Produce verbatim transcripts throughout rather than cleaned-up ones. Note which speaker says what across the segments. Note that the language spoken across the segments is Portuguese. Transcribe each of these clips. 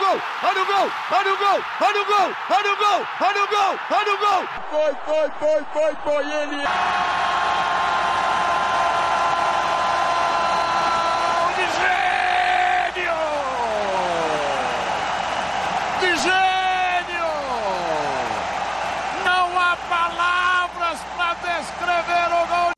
Speaker 1: gol, olha o gol, olha o gol, olha o gol, olha o gol, olha o gol, olha o gol. Foi, foi, foi, foi, foi ele. De gênio! De gênio! Não há palavras para descrever o gol.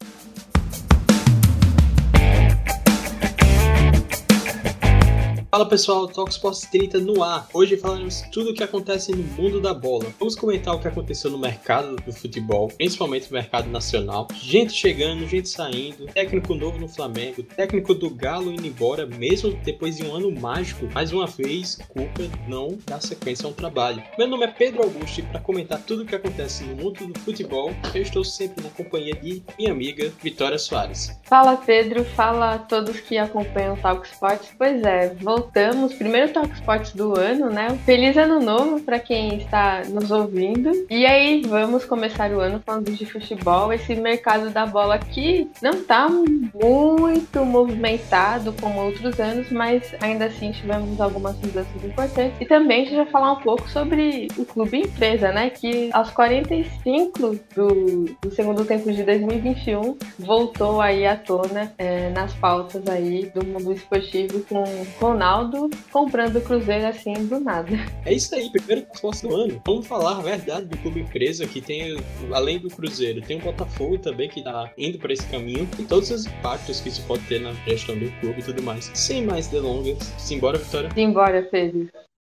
Speaker 2: Fala pessoal, Talk Sports trinta no ar. Hoje falaremos tudo o que acontece no mundo da bola. Vamos comentar o que aconteceu no mercado do futebol, principalmente no mercado nacional. Gente chegando, gente saindo, técnico novo no Flamengo, técnico do Galo indo embora, mesmo depois de um ano mágico. Mais uma vez, Cuca não dá sequência ao trabalho. Meu nome é Pedro Augusto e para comentar tudo o que acontece no mundo do futebol, eu estou sempre na companhia de minha amiga Vitória Soares.
Speaker 3: Fala Pedro, fala a todos que acompanham o Talk Sports. Pois é, voltamos. Primeiro Talk Sports do ano, né? Feliz ano novo para quem está nos ouvindo. E aí, vamos começar o ano falando de futebol. Esse mercado da bola aqui não tá muito movimentado como outros anos, mas ainda assim tivemos algumas mudanças importantes. E também a gente vai falar um pouco sobre o clube empresa, né? Que aos quarenta e cinco do, do segundo tempo de dois mil e vinte e um voltou aí à tona é, nas pautas aí do mundo esportivo com Ronaldo comprando o Cruzeiro assim do nada.
Speaker 2: É isso aí, primeiro reforço do ano. Vamos falar a verdade do clube empresa que tem, além do Cruzeiro, tem o Botafogo também que tá indo para esse caminho e todos os impactos que isso pode ter na gestão do clube e tudo mais. Sem mais delongas, simbora, Vitória?
Speaker 3: Simbora, Pedro.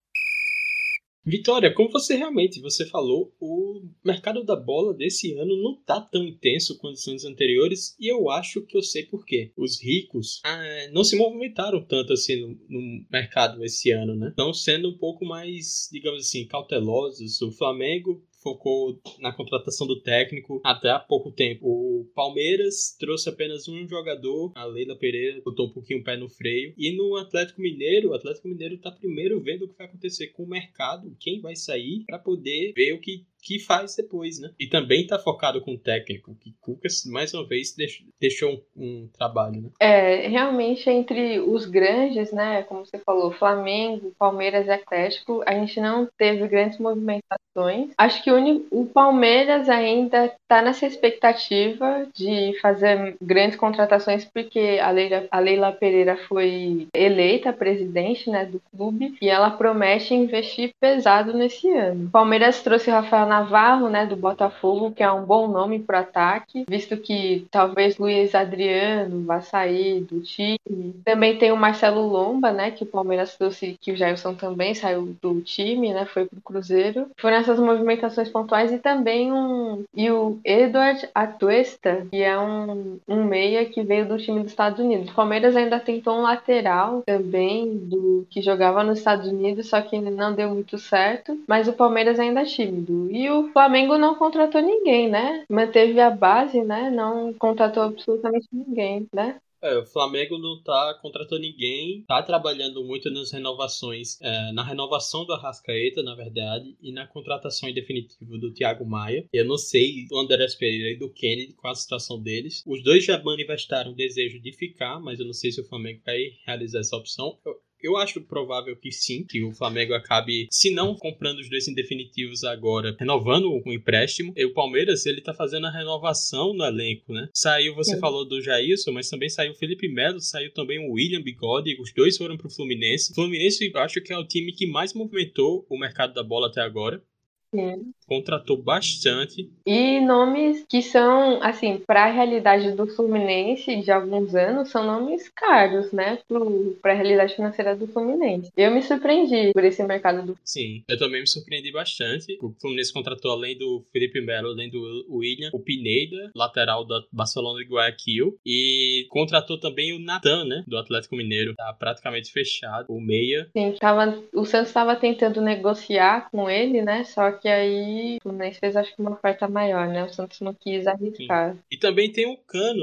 Speaker 2: Vitória, como você realmente você falou, o mercado da bola desse ano não tá tão intenso quanto os anos anteriores e eu acho que eu sei por quê. Os ricos ah, não se movimentaram tanto assim no, no mercado esse ano, né? Estão sendo um pouco mais, digamos assim, cautelosos. O Flamengo focou na contratação do técnico até há pouco tempo. O Palmeiras trouxe apenas um jogador, a Leila Pereira botou um pouquinho o pé no freio. E no Atlético Mineiro, o Atlético Mineiro está primeiro vendo o que vai acontecer com o mercado, quem vai sair, para poder ver o que que faz depois, né? E também tá focado com o técnico, que Cuca, mais uma vez, deixou um, um trabalho, né?
Speaker 3: É, realmente, entre os grandes, né, como você falou, Flamengo, Palmeiras e Atlético, a gente não teve grandes movimentações. Acho que o, uni- o Palmeiras ainda tá nessa expectativa de fazer grandes contratações, porque a Leila, a Leila Pereira foi eleita presidente, né, do clube, e ela promete investir pesado nesse ano. O Palmeiras trouxe o Rafael Navarro, né, do Botafogo, que é um bom nome para o ataque, visto que talvez Luiz Adriano vá sair do time. Também tem o Marcelo Lomba, né, que o Palmeiras trouxe, que o Jailson também saiu do time, né, foi pro Cruzeiro. Foram essas movimentações pontuais e também um e o Edward Atuesta, que é um, um meia que veio do time dos Estados Unidos. O Palmeiras ainda tentou um lateral também do que jogava nos Estados Unidos, só que não deu muito certo, mas o Palmeiras ainda é tímido. E o Flamengo não contratou ninguém, né? Manteve a base, né? Não contratou absolutamente ninguém, né?
Speaker 2: É, o Flamengo não tá contratando ninguém, tá trabalhando muito nas renovações, é, na renovação do Arrascaeta, na verdade, e na contratação em definitivo do Thiago Maia. Eu não sei do Andrés Pereira e do Kennedy, qual a situação deles. Os dois já manifestaram o desejo de ficar, mas eu não sei se o Flamengo vai realizar essa opção. Eu, Eu acho provável que sim, que o Flamengo acabe, se não comprando os dois em definitivos agora, renovando o empréstimo. E o Palmeiras, ele tá fazendo a renovação no elenco, né? Saiu, você
Speaker 3: Sim.
Speaker 2: falou do Jailson, mas também saiu o Felipe Melo, saiu também o William Bigode, os dois foram pro Fluminense. O Fluminense, eu acho que é o time que mais movimentou o mercado da bola até agora.
Speaker 3: Sim.
Speaker 2: Contratou bastante.
Speaker 3: E nomes que são, assim, para a realidade do Fluminense de alguns anos, são nomes caros, né? Para a realidade financeira do Fluminense. Eu me surpreendi por esse mercado do
Speaker 2: Sim, eu também me surpreendi bastante. O Fluminense contratou, além do Felipe Melo, além do William, o Pineda, lateral da Barcelona de Guayaquil. E contratou também o Natan, né? Do Atlético Mineiro. Tá praticamente fechado. O meia.
Speaker 3: Sim, tava, o Santos estava tentando negociar com ele, né? Só que aí o Fluminense fez, acho que, uma oferta maior, né? O Santos não quis
Speaker 2: Sim.
Speaker 3: arriscar.
Speaker 2: E também tem o Cano, né?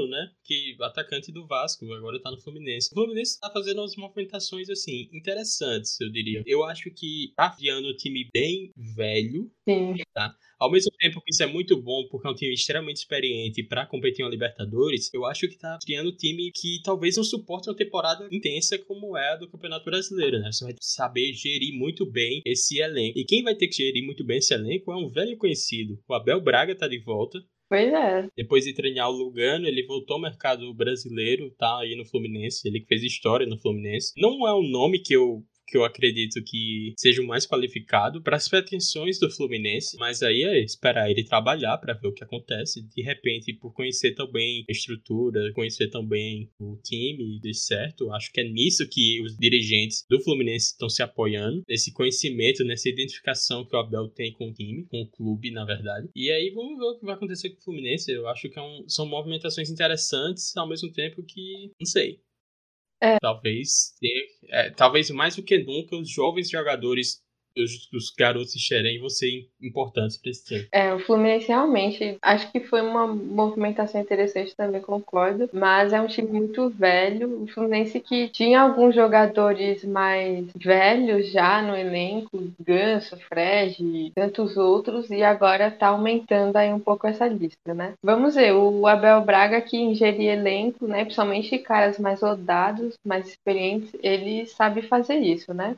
Speaker 2: que atacante do Vasco, agora tá no Fluminense. O Fluminense tá fazendo umas movimentações, assim, interessantes, eu diria. Eu acho que tá criando um time bem velho,
Speaker 3: Sim.
Speaker 2: tá? Ao mesmo tempo que isso é muito bom, porque é um time extremamente experiente pra competir em uma Libertadores, eu acho que tá criando um time que talvez não suporte uma temporada intensa como é a do Campeonato Brasileiro, né? Você vai saber gerir muito bem esse elenco. E quem vai ter que gerir muito bem esse elenco é um velho conhecido. O Abel Braga tá de volta.
Speaker 3: Pois é.
Speaker 2: Depois de treinar o Lugano, ele voltou ao mercado brasileiro, tá aí no Fluminense. Ele que fez história no Fluminense. Não é um nome que eu... que eu acredito que seja o mais qualificado para as pretensões do Fluminense, mas aí é esperar ele trabalhar para ver o que acontece. De repente, por conhecer também a estrutura, conhecer também o time, de certo, acho que é nisso que os dirigentes do Fluminense estão se apoiando, nesse conhecimento, nessa identificação que o Abel tem com o time, com o clube, na verdade. E aí vamos ver o que vai acontecer com o Fluminense. Eu acho que é um, são movimentações interessantes, ao mesmo tempo que, não sei,
Speaker 3: É.
Speaker 2: Talvez ter, é, talvez mais do que nunca os jovens jogadores, os, os garotos de Xerém vão ser importantes para esse time.
Speaker 3: É, o Fluminense realmente, acho que foi uma movimentação interessante também, concordo, mas é um time muito velho. O Fluminense que tinha alguns jogadores mais velhos já no elenco, Ganso, Fred e tantos outros, e agora tá aumentando aí um pouco essa lista, né? Vamos ver, o Abel Braga que em gerir elenco, né, principalmente caras mais rodados, mais experientes, ele sabe fazer isso, né?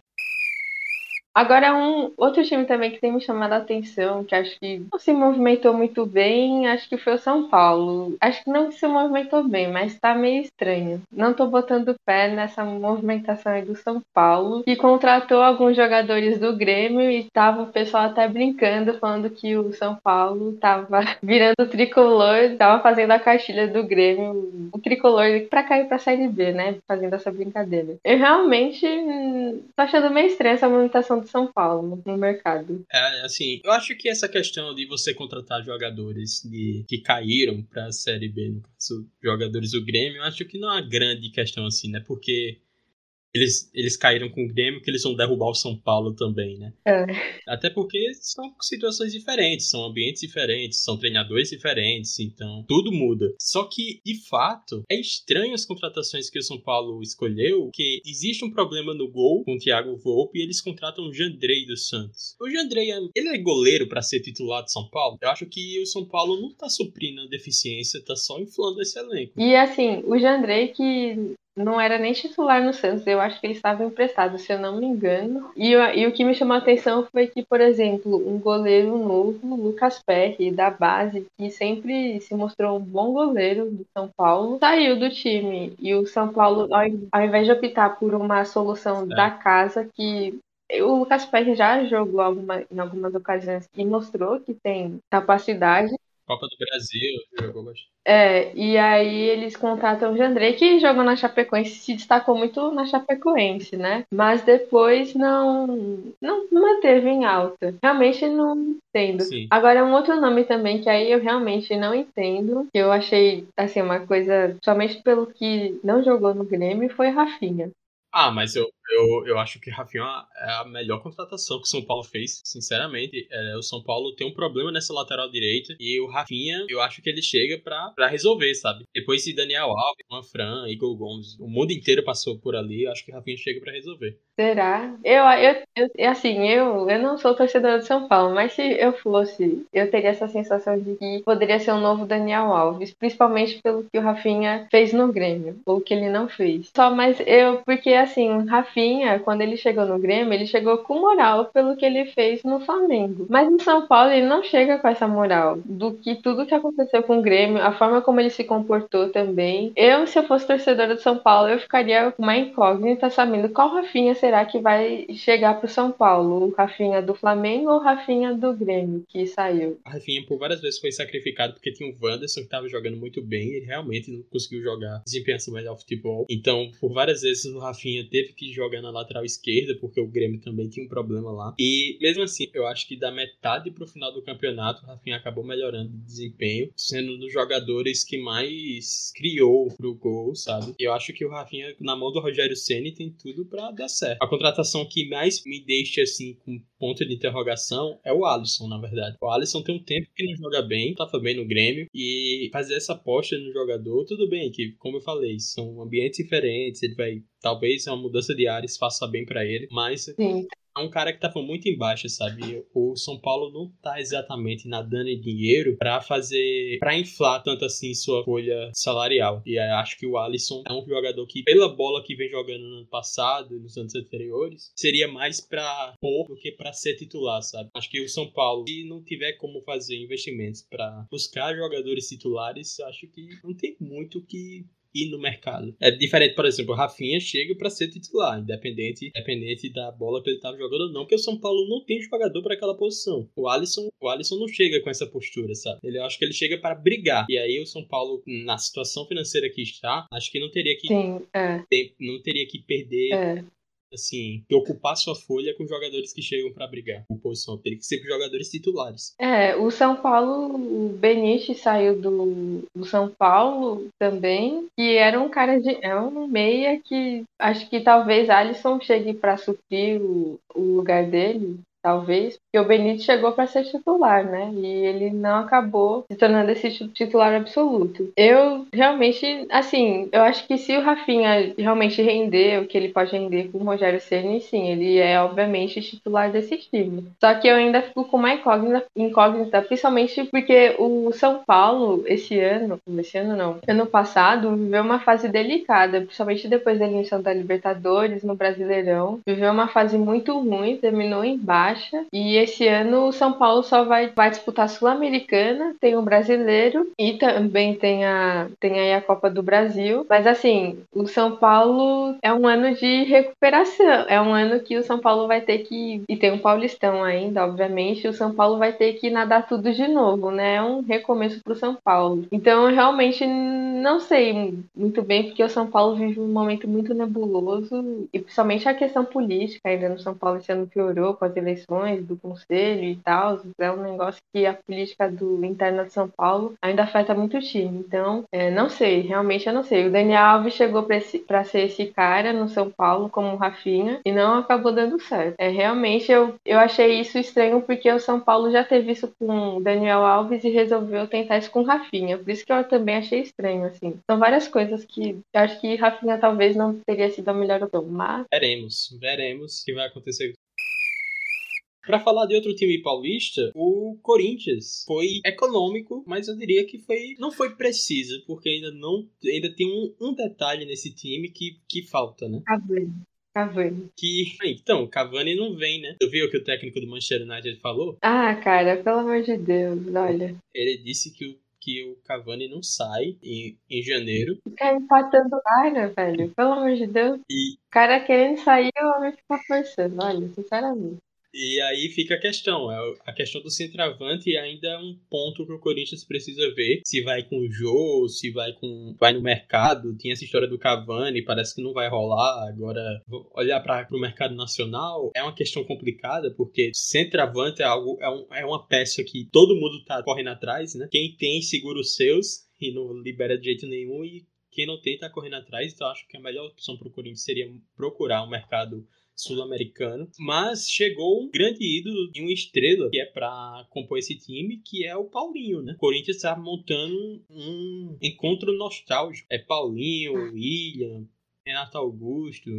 Speaker 3: Agora, um outro time também que tem me chamado a atenção, que acho que não se movimentou muito bem, acho que foi o São Paulo. Acho que não se movimentou bem, mas tá meio estranho. Não tô botando pé nessa movimentação aí do São Paulo, que contratou alguns jogadores do Grêmio e tava o pessoal até brincando, falando que o São Paulo tava virando tricolor, tava fazendo a cartilha do Grêmio, o tricolor pra cair pra Série B, né? Fazendo essa brincadeira. Eu realmente hum, tô achando meio estranha essa movimentação do São Paulo no mercado.
Speaker 2: É, assim, eu acho que essa questão de você contratar jogadores de, que caíram para a Série B, no caso, jogadores do Grêmio, eu acho que não é uma grande questão assim, né? Porque eles, eles caíram com o Grêmio, que eles vão derrubar o São Paulo também, né?
Speaker 3: É.
Speaker 2: Até porque são situações diferentes, são ambientes diferentes, são treinadores diferentes, então tudo muda. Só que, de fato, é estranho as contratações que o São Paulo escolheu, porque existe um problema no gol com o Thiago Volpe e eles contratam o Jandrei dos Santos. O Jandrei, ele é goleiro para ser titular de São Paulo? Eu acho que o São Paulo não tá suprindo a deficiência, tá só inflando esse elenco.
Speaker 3: E assim, o Jandrei que não era nem titular no Santos, eu acho que ele estava emprestado, se eu não me engano. E, e o que me chamou a atenção foi que, por exemplo, um goleiro novo, Lucas Perry, da base, que sempre se mostrou um bom goleiro do São Paulo, saiu do time. E o São Paulo, ao, ao invés de optar por uma solução
Speaker 2: É.
Speaker 3: da casa, que o Lucas Perry já jogou alguma, em algumas ocasiões e mostrou que tem capacidade.
Speaker 2: Copa do Brasil, jogou bastante.
Speaker 3: É, e aí eles contratam o Jandrei, que jogou na Chapecoense, se destacou muito na Chapecoense, né? Mas depois não, não manteve em alta. Realmente não entendo.
Speaker 2: Sim.
Speaker 3: Agora, um outro nome também que aí eu realmente não entendo, que eu achei, assim, uma coisa, somente pelo que não jogou no Grêmio, foi Rafinha.
Speaker 2: Ah, mas eu, eu, eu acho que Rafinha é a melhor contratação que o São Paulo fez, sinceramente. É, o São Paulo tem um problema nessa lateral direita e o Rafinha, eu acho que ele chega pra, pra resolver, sabe? Depois de Daniel Alves, Juan Fran, Igor Gomes, o mundo inteiro passou por ali, eu acho que Rafinha chega pra resolver.
Speaker 3: Será? Eu, eu, eu, assim, eu, eu não sou torcedora de São Paulo, mas se eu fosse, eu teria essa sensação de que poderia ser um novo Daniel Alves, principalmente pelo que o Rafinha fez no Grêmio, ou que ele não fez. Só, mas eu, porque assim, o Rafinha, quando ele chegou no Grêmio, ele chegou com moral pelo que ele fez no Flamengo. Mas no São Paulo ele não chega com essa moral, do que tudo que aconteceu com o Grêmio, a forma como ele se comportou também. Eu, se eu fosse torcedora de São Paulo, eu ficaria com uma incógnita sabendo qual Rafinha será que vai chegar pro São Paulo? O Rafinha do Flamengo ou o Rafinha do Grêmio que saiu?
Speaker 2: O Rafinha por várias vezes foi sacrificado porque tinha o Wanderson que estava jogando muito bem e ele realmente não conseguiu jogar, desempenhar seu melhor futebol. Então, por várias vezes o Rafinha teve que jogar na lateral esquerda porque o Grêmio também tinha um problema lá. E mesmo assim, eu acho que da metade pro final do campeonato, o Rafinha acabou melhorando o desempenho, sendo um dos jogadores que mais criou pro gol, sabe? Eu acho que o Rafinha, na mão do Rogério Ceni, tem tudo pra dar certo. certo. A contratação que mais me deixa, assim, com ponto de interrogação é o Alisson, na verdade. O Alisson tem um tempo que não joga bem, tava bem no Grêmio, e fazer essa aposta no jogador, tudo bem, que, como eu falei, são ambientes diferentes, ele vai, talvez uma mudança de áreas faça bem pra ele, mas
Speaker 3: Sim.
Speaker 2: é um cara que tava muito embaixo, sabe? O São Paulo não tá exatamente nadando em dinheiro pra fazer, pra inflar tanto assim sua folha salarial. E eu acho que o Alisson é um jogador que, pela bola que vem jogando no ano passado e nos anos anteriores, seria mais pra pôr do que pra ser titular, sabe? Acho que o São Paulo, se não tiver como fazer investimentos pra buscar jogadores titulares, acho que não tem muito que ir no mercado. É diferente, por exemplo, o Rafinha chega pra ser titular, independente, independente da bola que ele tava jogando ou não, porque o São Paulo não tem jogador pra aquela posição. O Alisson, o Alisson não chega com essa postura, sabe? Ele, eu acho que ele chega para brigar. E aí o São Paulo, na situação financeira que está, acho que não teria que,
Speaker 3: Sim, é.
Speaker 2: ter, não teria que perder...
Speaker 3: É.
Speaker 2: assim, que ocupar sua folha com jogadores que chegam pra brigar por posição. Teria que ser com jogadores titulares.
Speaker 3: É, o São Paulo, o Benítez saiu do, do São Paulo também, que era um cara de. É um meia que acho que talvez Alisson chegue para suprir o, o lugar dele. Talvez, porque o Benítez chegou para ser titular, né? E ele não acabou se tornando esse titular absoluto. Eu realmente, assim, eu acho que se o Rafinha realmente render o que ele pode render com o Rogério Ceni, sim, ele é obviamente titular desse time. Só que eu ainda fico com uma incógnita, incógnita, principalmente porque o São Paulo, esse ano, esse ano não, ano passado, viveu uma fase delicada, principalmente depois da eliminação da Libertadores no Brasileirão. Viveu uma fase muito ruim, terminou em baixo. E esse ano o São Paulo só vai, vai disputar a Sul-Americana, tem o Brasileiro e também tem, a, tem aí a Copa do Brasil. Mas assim, o São Paulo é um ano de recuperação. É um ano que o São Paulo vai ter que... E tem um Paulistão ainda, obviamente. O São Paulo vai ter que nadar tudo de novo, né? É um recomeço pro São Paulo. Então eu realmente não sei muito bem, porque o São Paulo vive um momento muito nebuloso. E principalmente a questão política ainda no São Paulo esse ano piorou com as eleições do conselho e tal, é um negócio que a política do interna de São Paulo ainda afeta muito o time. Então, é, não sei, realmente eu não sei. O Daniel Alves chegou para ser esse cara no São Paulo como o Rafinha e não acabou dando certo. É, realmente eu, eu achei isso estranho porque o São Paulo já teve isso com o Daniel Alves e resolveu tentar isso com o Rafinha. Por isso que eu também achei estranho, assim. São várias coisas que eu acho que Rafinha talvez não teria sido a melhor opção, mas...
Speaker 2: Veremos, veremos o que vai acontecer. Pra falar de outro time paulista, o Corinthians foi econômico, mas eu diria que foi não foi preciso, porque ainda não ainda tem um, um detalhe nesse time que, que falta, né?
Speaker 3: Cavani. Cavani.
Speaker 2: Que, então, Cavani não vem, né? Tu viu o que o técnico do Manchester United falou?
Speaker 3: Ah, cara, pelo amor de Deus, olha.
Speaker 2: Ele disse que o, que o Cavani não sai em, em janeiro.
Speaker 3: Ficar empatando área, velho, pelo amor de Deus.
Speaker 2: E,
Speaker 3: O cara querendo sair, o homem fica forçando, olha, sinceramente.
Speaker 2: E aí fica a questão, a questão do centroavante ainda é um ponto que o Corinthians precisa ver, se vai com o Jô, se vai com vai no mercado. Tinha essa história do Cavani, parece que não vai rolar. Agora, olhar para o mercado nacional é uma questão complicada, porque centroavante é algo é, um, é uma peça que todo mundo tá correndo atrás, né? Quem tem segura os seus e não libera de jeito nenhum, e quem não tem tá correndo atrás. Então acho que a melhor opção para o Corinthians seria procurar um mercado sul-americano, mas chegou um grande ídolo e uma estrela que é para compor esse time, que é o Paulinho, né? O Corinthians está montando um encontro nostálgico. É Paulinho, William, Renato Augusto,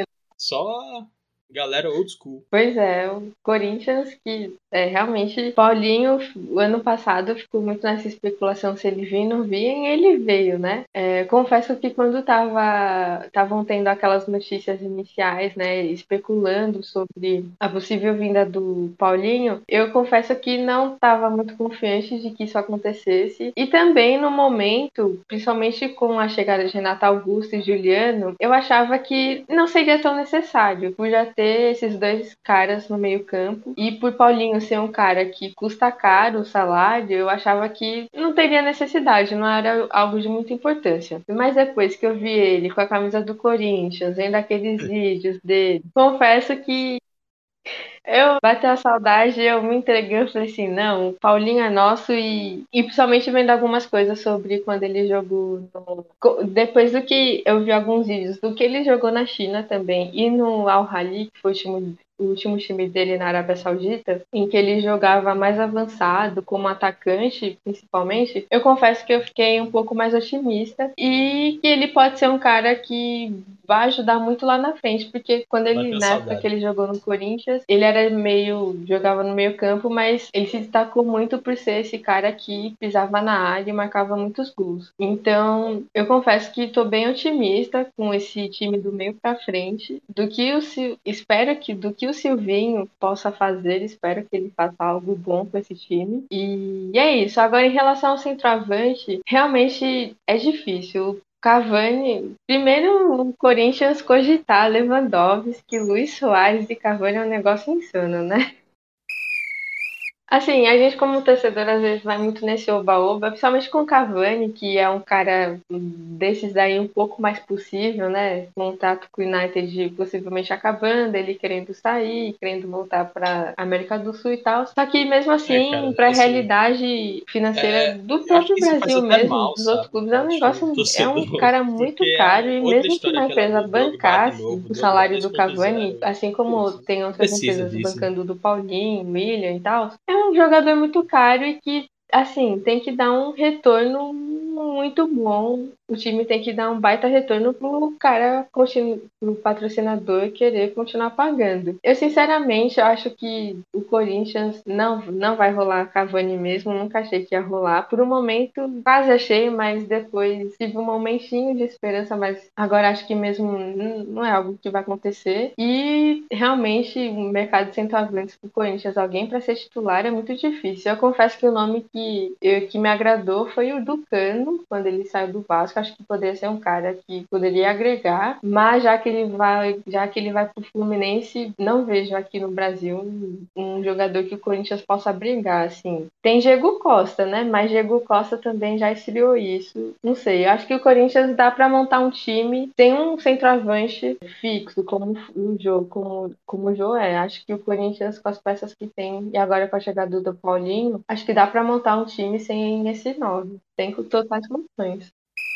Speaker 2: só galera old school.
Speaker 3: Pois é, o Corinthians que é realmente Paulinho, o ano passado ficou muito nessa especulação se ele vinha ou não vinha, e ele veio, né? É, confesso que quando tava estavam tendo aquelas notícias iniciais, né, especulando sobre a possível vinda do Paulinho, eu confesso que não estava muito confiante de que isso acontecesse. E também no momento, principalmente com a chegada de Renato Augusto e Juliano, eu achava que não seria tão necessário, por já ter esses dois caras no meio campo, e por Paulinho ser um cara que custa caro o salário, eu achava que não teria necessidade, não era algo de muita importância. Mas depois que eu vi ele com a camisa do Corinthians, vendo aqueles vídeos dele, confesso que Eu bateu a saudade, eu me entreguei, eu falei assim, não, o Paulinho é nosso e, e principalmente vendo algumas coisas sobre quando ele jogou no, co- depois do que eu vi alguns vídeos do que ele jogou na China também e no Al Ahly, que foi o time, o último time dele na Arábia Saudita, em que ele jogava mais avançado, como atacante, principalmente, eu confesso que eu fiquei um pouco mais otimista e que ele pode ser um cara que vai ajudar muito lá na frente, porque quando ele,
Speaker 2: Bateu a
Speaker 3: na época que
Speaker 2: saudade.
Speaker 3: ele jogou no Corinthians, ele era meio, jogava no meio campo, mas ele se destacou muito por ser esse cara que pisava na área e marcava muitos gols. Então, eu confesso que estou bem otimista com esse time do meio para frente, do que o Sil- espero que do que o Silvinho possa fazer, espero que ele faça algo bom com esse time. E é isso. Agora, em relação ao centroavante, realmente é difícil. Cavani, primeiro o Corinthians cogitar Lewandowski, Luis Soares e Cavani é um negócio insano, né? Assim, a gente como torcedor às vezes vai muito nesse oba-oba, principalmente com o Cavani, que é um cara desses daí um pouco mais possível, né? Contato com o United possivelmente acabando, ele querendo sair, querendo voltar para América do Sul e tal. Só que mesmo
Speaker 2: É,
Speaker 3: assim,
Speaker 2: cara,
Speaker 3: para a
Speaker 2: assim,
Speaker 3: realidade financeira
Speaker 2: é,
Speaker 3: do
Speaker 2: eu acho
Speaker 3: próprio
Speaker 2: que isso faz
Speaker 3: Brasil
Speaker 2: até
Speaker 3: mesmo,
Speaker 2: mal,
Speaker 3: dos outros
Speaker 2: sabe?
Speaker 3: clubes, é
Speaker 2: Eu
Speaker 3: um
Speaker 2: acho
Speaker 3: negócio, é um
Speaker 2: torcedor,
Speaker 3: cara muito
Speaker 2: porque é
Speaker 3: caro
Speaker 2: a
Speaker 3: e
Speaker 2: outra
Speaker 3: mesmo que
Speaker 2: história
Speaker 3: uma
Speaker 2: aquela
Speaker 3: empresa
Speaker 2: do Drogba de
Speaker 3: bancasse
Speaker 2: novo,
Speaker 3: o
Speaker 2: Drogba
Speaker 3: salário do
Speaker 2: dois ponto
Speaker 3: Cavani,
Speaker 2: zero
Speaker 3: assim como
Speaker 2: Putz,
Speaker 3: tem
Speaker 2: não
Speaker 3: outras
Speaker 2: precisa
Speaker 3: empresas
Speaker 2: disso, né?
Speaker 3: bancando do Paulinho, William e tal, é um jogador muito caro e que assim, tem que dar um retorno muito bom. O time tem que dar um baita retorno pro cara, continu- pro patrocinador querer continuar pagando. Eu, sinceramente, acho que o Corinthians não, não vai rolar Cavani mesmo. Nunca achei que ia rolar. Por um momento, quase achei, mas depois tive um momentinho de esperança, mas agora acho que mesmo n- não é algo que vai acontecer. E realmente, o mercado de centroavantes pro Corinthians, alguém para ser titular é muito difícil. Eu confesso que o nome que, eu, que me agradou foi o do Cano, quando ele saiu do Vasco. Acho que poderia ser um cara que poderia agregar, mas já que ele vai, já que ele vai pro Fluminense, não vejo aqui no Brasil um, um jogador que o Corinthians possa brigar, assim. Tem Diego Costa, né? Mas Diego Costa também já esfriou isso. Não sei, eu acho que o Corinthians dá para montar um time, tem um centroavante fixo, como o Jô, como, como o Jô é. Acho que o Corinthians, com as peças que tem, e agora com a chegada do Paulinho, acho que dá para montar um time sem esse nove. Tem totais condições.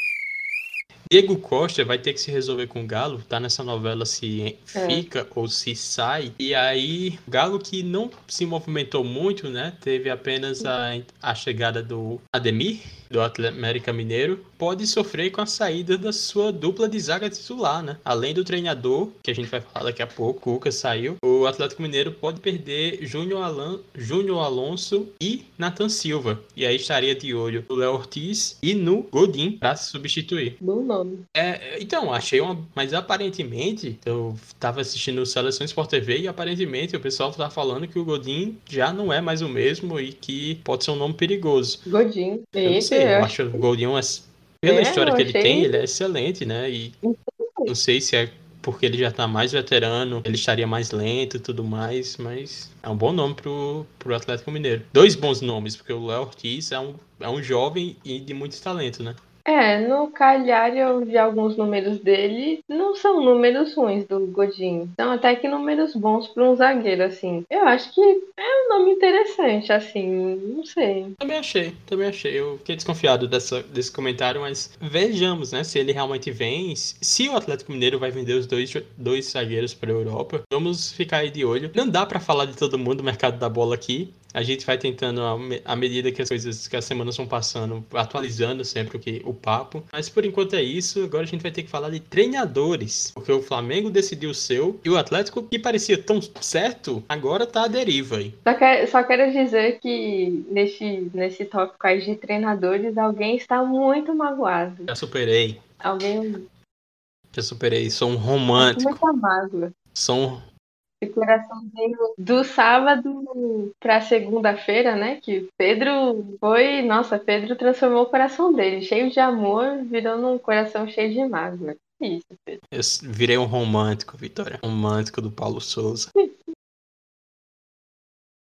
Speaker 2: Diego Costa vai ter que se resolver com o Galo, tá nessa novela se
Speaker 3: É.
Speaker 2: fica ou se sai. E aí, o Galo que não se movimentou muito, né? Teve apenas a, a chegada do Ademir, do Atlético América Mineiro, pode sofrer com a saída da sua dupla de zaga titular, né? Além do treinador, que a gente vai falar daqui a pouco, o Cuca saiu, o Atlético Mineiro pode perder Júnior Alan, Júnior Alonso e Nathan Silva. E aí estaria de olho no Léo Ortiz e no Godin para substituir.
Speaker 3: Bom nome.
Speaker 2: É, então, achei uma. Mas aparentemente, eu tava assistindo Seleção Sport T V e aparentemente o pessoal tá falando que o Godin já não é mais o mesmo e que pode ser um nome perigoso.
Speaker 3: Godinho.
Speaker 2: Eu não
Speaker 3: Eita,
Speaker 2: sei,
Speaker 3: eu
Speaker 2: eu
Speaker 3: acho
Speaker 2: acho o Godin, uma- pela
Speaker 3: é,
Speaker 2: história
Speaker 3: eu
Speaker 2: que ele tem,
Speaker 3: achei.
Speaker 2: ele é excelente, né? E não sei se é porque ele já tá mais veterano, ele estaria mais lento e tudo mais, mas é um bom nome pro, pro Atlético Mineiro. Dois bons nomes, porque o Léo Ortiz é um, é um jovem e de muito talento, né?
Speaker 3: É, no Cagliari eu vi alguns números dele, não são números ruins do Godinho, são até que números bons para um zagueiro, assim. Eu acho que é um nome interessante, assim, não sei.
Speaker 2: Também achei, também achei. Eu fiquei desconfiado dessa, desse comentário, mas vejamos, né? Se ele realmente vem. Se o Atlético Mineiro vai vender os dois, dois zagueiros para a Europa, vamos ficar aí de olho. Não dá para falar de todo mundo, o mercado da bola aqui. A gente vai tentando, à medida que as coisas, que as semanas vão passando, atualizando sempre o, que, o papo. Mas por enquanto é isso. Agora a gente vai ter que falar de treinadores. Porque o Flamengo decidiu o seu e o Atlético, que parecia tão certo, agora tá à deriva aí.
Speaker 3: Só, que, só quero dizer que nesse, nesse tópico aí de treinadores, alguém está muito magoado.
Speaker 2: Já superei.
Speaker 3: Alguém
Speaker 2: Já superei. Sou um
Speaker 3: está com
Speaker 2: romântico.
Speaker 3: muita mágoa.
Speaker 2: Sou um
Speaker 3: Esse coraçãozinho do sábado para segunda-feira, né? Que Pedro foi. Nossa, Pedro transformou o coração dele. Cheio de amor, virou num coração cheio de mágoa. Que isso, Pedro.
Speaker 2: Eu virei um romântico, Vitória. Romântico do Paulo Souza.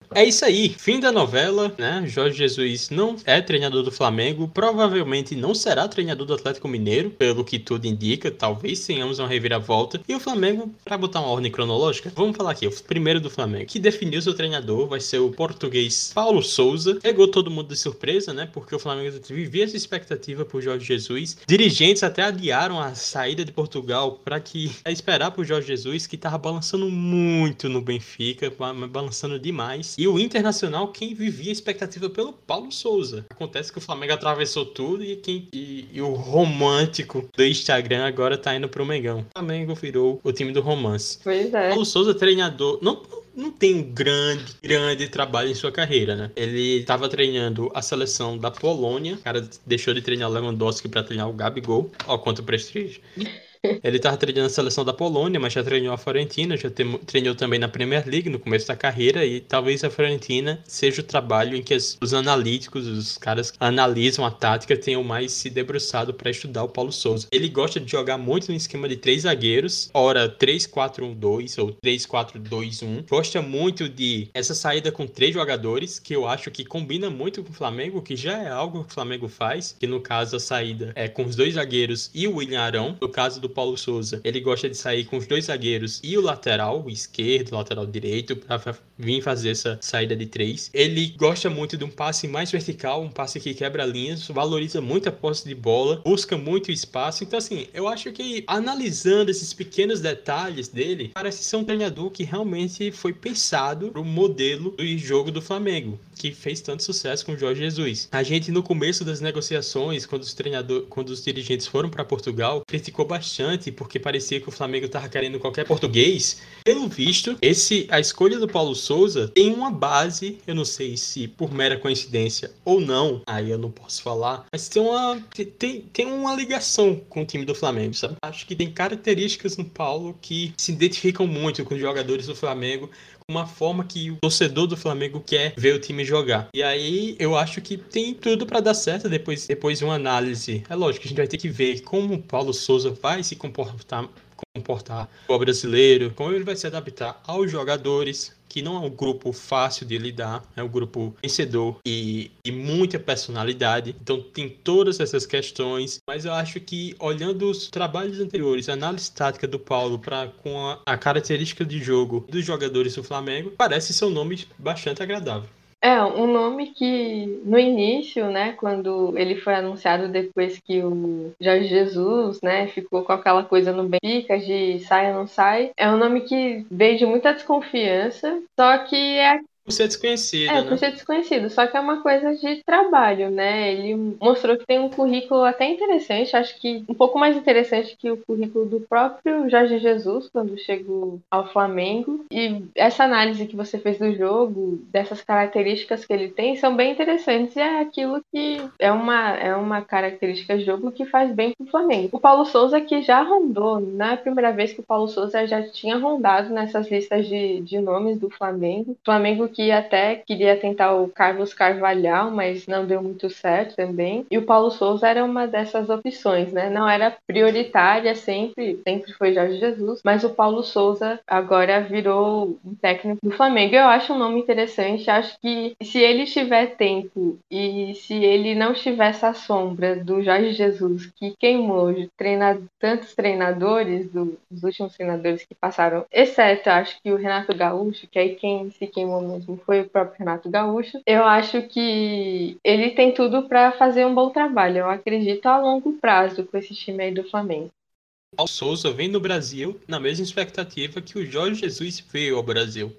Speaker 2: É isso aí, fim da novela, né? Jorge Jesus não é treinador do Flamengo, provavelmente não será treinador do Atlético Mineiro, pelo que tudo indica, talvez tenhamos uma reviravolta. E o Flamengo, para botar uma ordem cronológica, vamos falar aqui, o primeiro do Flamengo, que definiu seu treinador, vai ser o português Paulo Souza. Pegou todo mundo de surpresa, né? Porque o Flamengo vivia essa expectativa por Jorge Jesus. Dirigentes até adiaram a saída de Portugal para que é esperar por Jorge Jesus, que tava balançando muito no Benfica, balançando demais. E o Internacional, quem vivia a expectativa pelo Paulo Souza. Acontece que o Flamengo atravessou tudo e, quem, e, e o romântico do Instagram agora tá indo pro Mengão. O Flamengo virou o time do romance.
Speaker 3: Pois é.
Speaker 2: Paulo Souza, treinador... Não, não tem um grande, grande trabalho em sua carreira, né? Ele estava treinando a seleção da Polônia. O cara deixou de treinar o Lewandowski para treinar o Gabigol. Ó, quanto prestígio. Ele estava treinando a seleção da Polônia, mas já treinou a Fiorentina, já tem, treinou também na Premier League no começo da carreira, e talvez a Fiorentina seja o trabalho em que as, os analíticos, os caras que analisam a tática, tenham mais se debruçado para estudar o Paulo Souza. Ele gosta de jogar muito no esquema de três zagueiros, ora três quatro um dois ou três quatro dois um. Gosta muito de essa saída com três jogadores, que eu acho que combina muito com o Flamengo, que já é algo que o Flamengo faz, que no caso a saída é com os dois zagueiros e o William Arão. No caso do Paulo Souza, ele gosta de sair com os dois zagueiros e o lateral, o esquerdo, o lateral direito, para vir fazer essa saída de três. Ele gosta muito de um passe mais vertical, um passe que quebra linhas, valoriza muito a posse de bola, busca muito espaço. Então, assim, eu acho que analisando esses pequenos detalhes dele, parece ser um treinador que realmente foi pensado pro modelo do jogo do Flamengo, que fez tanto sucesso com o Jorge Jesus. A gente, no começo das negociações, quando os treinadores, quando os dirigentes foram para Portugal, criticou bastante, porque parecia que o Flamengo estava querendo qualquer português. Pelo visto, esse, a escolha do Paulo Souza tem uma base, eu não sei se por mera coincidência ou não, aí eu não posso falar, mas tem uma, tem, tem uma ligação com o time do Flamengo, sabe? Acho que tem características no Paulo que se identificam muito com os jogadores do Flamengo, uma forma que o torcedor do Flamengo quer ver o time jogar. E aí eu acho que tem tudo para dar certo depois, depois de uma análise. É lógico que a gente vai ter que ver como o Paulo Souza vai se comportar, comportar com o brasileiro, como ele vai se adaptar aos jogadores, que não é um grupo fácil de lidar, é um grupo vencedor e de muita personalidade. Então tem todas essas questões, mas eu acho que olhando os trabalhos anteriores, a análise tática do Paulo pra, com a, a característica de jogo dos jogadores do Flamengo, parece ser um nome bastante agradável.
Speaker 3: É, um nome que no início, né, quando ele foi anunciado depois que o Jorge Jesus, né, ficou com aquela coisa no Benfica de sai ou não sai, é um nome que veio de muita desconfiança, só que é
Speaker 2: Por ser desconhecido,
Speaker 3: É,
Speaker 2: né?
Speaker 3: por ser desconhecido, só que é uma coisa de trabalho, né? Ele mostrou que tem um currículo até interessante, acho que um pouco mais interessante que o currículo do próprio Jorge Jesus quando chegou ao Flamengo. E essa análise que você fez do jogo, dessas características que ele tem, são bem interessantes e é aquilo que é uma, é uma característica de jogo que faz bem pro Flamengo. O Paulo Souza, que já rondou, na primeira vez que o Paulo Souza já tinha rondado nessas listas de, de nomes do Flamengo. Flamengo que até queria tentar o Carlos Carvalhal, mas não deu muito certo também. E o Paulo Souza era uma dessas opções, né? Não era prioritária sempre, sempre foi Jorge Jesus, mas o Paulo Souza agora virou um técnico do Flamengo. Eu acho um nome interessante, acho que se ele tiver tempo e se ele não tiver essa sombra do Jorge Jesus, que queimou treina, tantos treinadores, do, dos últimos treinadores que passaram, exceto acho que o Renato Gaúcho, que aí quem se queimou mesmo foi o próprio Renato Gaúcho. Eu acho que ele tem tudo para fazer um bom trabalho. Eu acredito a longo prazo com esse time aí do Flamengo.
Speaker 2: O Paulo Souza vem no Brasil na mesma expectativa que o Jorge Jesus veio ao Brasil.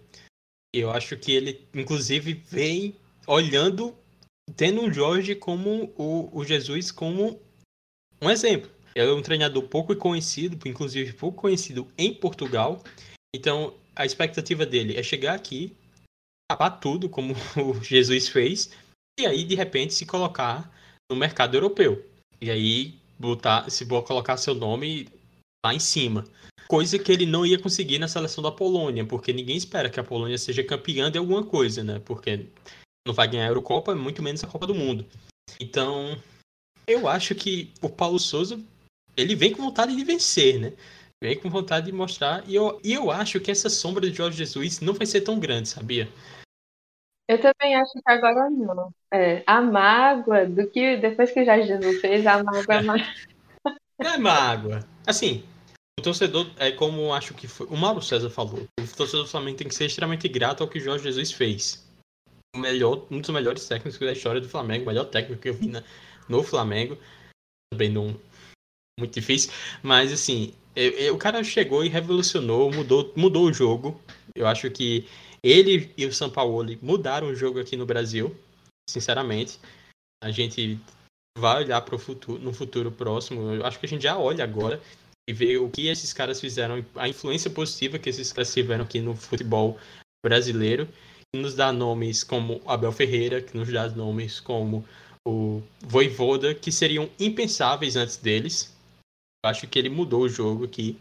Speaker 2: Eu acho que ele, inclusive, vem olhando, tendo o Jorge como o, o Jesus como um exemplo. Ele é um treinador pouco conhecido, inclusive pouco conhecido em Portugal. Então, a expectativa dele é chegar aqui, acabar tudo, como o Jesus fez, e aí, de repente, se colocar no mercado europeu. E aí, botar, se colocar seu nome lá em cima. Coisa que ele não ia conseguir na seleção da Polônia, porque ninguém espera que a Polônia seja campeã de alguma coisa, né? Porque não vai ganhar a Eurocopa, muito menos a Copa do Mundo. Então, eu acho que o Paulo Souza, ele vem com vontade de vencer, né? Vem com vontade de mostrar. E eu, e eu acho que essa sombra de Jorge Jesus não vai ser tão grande, sabia?
Speaker 3: Eu também acho que agora não. É, a mágoa do que depois que o Jorge Jesus fez, a mágoa é mais.
Speaker 2: Não é mágoa. Assim, o torcedor, é como acho que foi, o Mauro César falou, o torcedor do Flamengo tem que ser extremamente grato ao que o Jorge Jesus fez. O melhor, um dos melhores técnicos da história do Flamengo, o melhor técnico que eu vi na, no Flamengo. Também não muito difícil, mas assim, eu, eu, o cara chegou e revolucionou, mudou, mudou o jogo. Eu acho que ele e o Sampaoli mudaram o jogo aqui no Brasil, sinceramente. A gente vai olhar para o futuro, no futuro próximo. Eu acho que a gente já olha agora e vê o que esses caras fizeram, a influência positiva que esses caras tiveram aqui no futebol brasileiro, que nos dá nomes como Abel Ferreira, que nos dá nomes como o Voivoda, que seriam impensáveis antes deles. Eu acho que ele mudou o jogo aqui.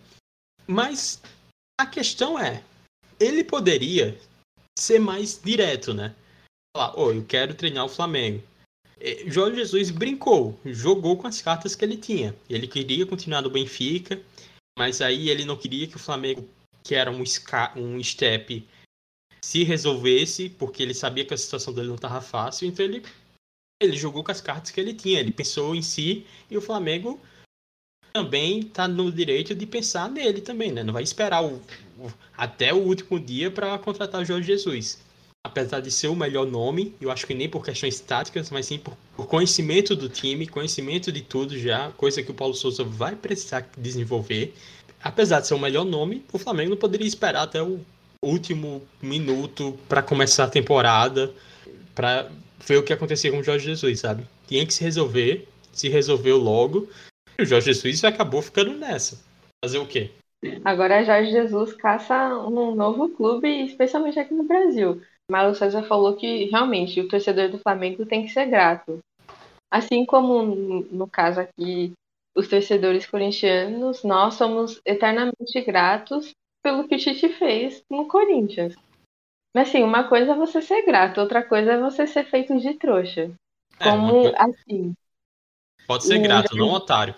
Speaker 2: Mas a questão é, ele poderia ser mais direto, né? Falar, oh, eu quero treinar o Flamengo. Jorge Jesus brincou, jogou com as cartas que ele tinha. Ele queria continuar no Benfica, mas aí ele não queria que o Flamengo, que era um, ska, um step, se resolvesse, porque ele sabia que a situação dele não estava fácil, então ele, ele jogou com as cartas que ele tinha. Ele pensou em si e o Flamengo também está no direito de pensar nele também, né? Não vai esperar o, o, até o último dia para contratar o Jorge Jesus. Apesar de ser o melhor nome, eu acho que nem por questões táticas, mas sim por, por conhecimento do time, conhecimento de tudo já, coisa que o Paulo Souza vai precisar desenvolver. Apesar de ser o melhor nome, o Flamengo não poderia esperar até o último minuto para começar a temporada, para ver o que acontecia com o Jorge Jesus, sabe? Tinha que se resolver, se resolveu logo, e o Jorge Jesus acabou ficando nessa. Fazer o quê?
Speaker 3: Agora Jorge Jesus caça um novo clube, especialmente aqui no Brasil. Marlon César falou que realmente o torcedor do Flamengo tem que ser grato. Assim como no caso aqui, os torcedores corintianos, nós somos eternamente gratos pelo que o Tite fez no Corinthians. Mas assim, uma coisa é você ser grato, outra coisa é você ser feito de trouxa.
Speaker 2: É, uma
Speaker 3: Como
Speaker 2: coisa.
Speaker 3: assim,
Speaker 2: Pode ser
Speaker 3: o
Speaker 2: grato, não otário.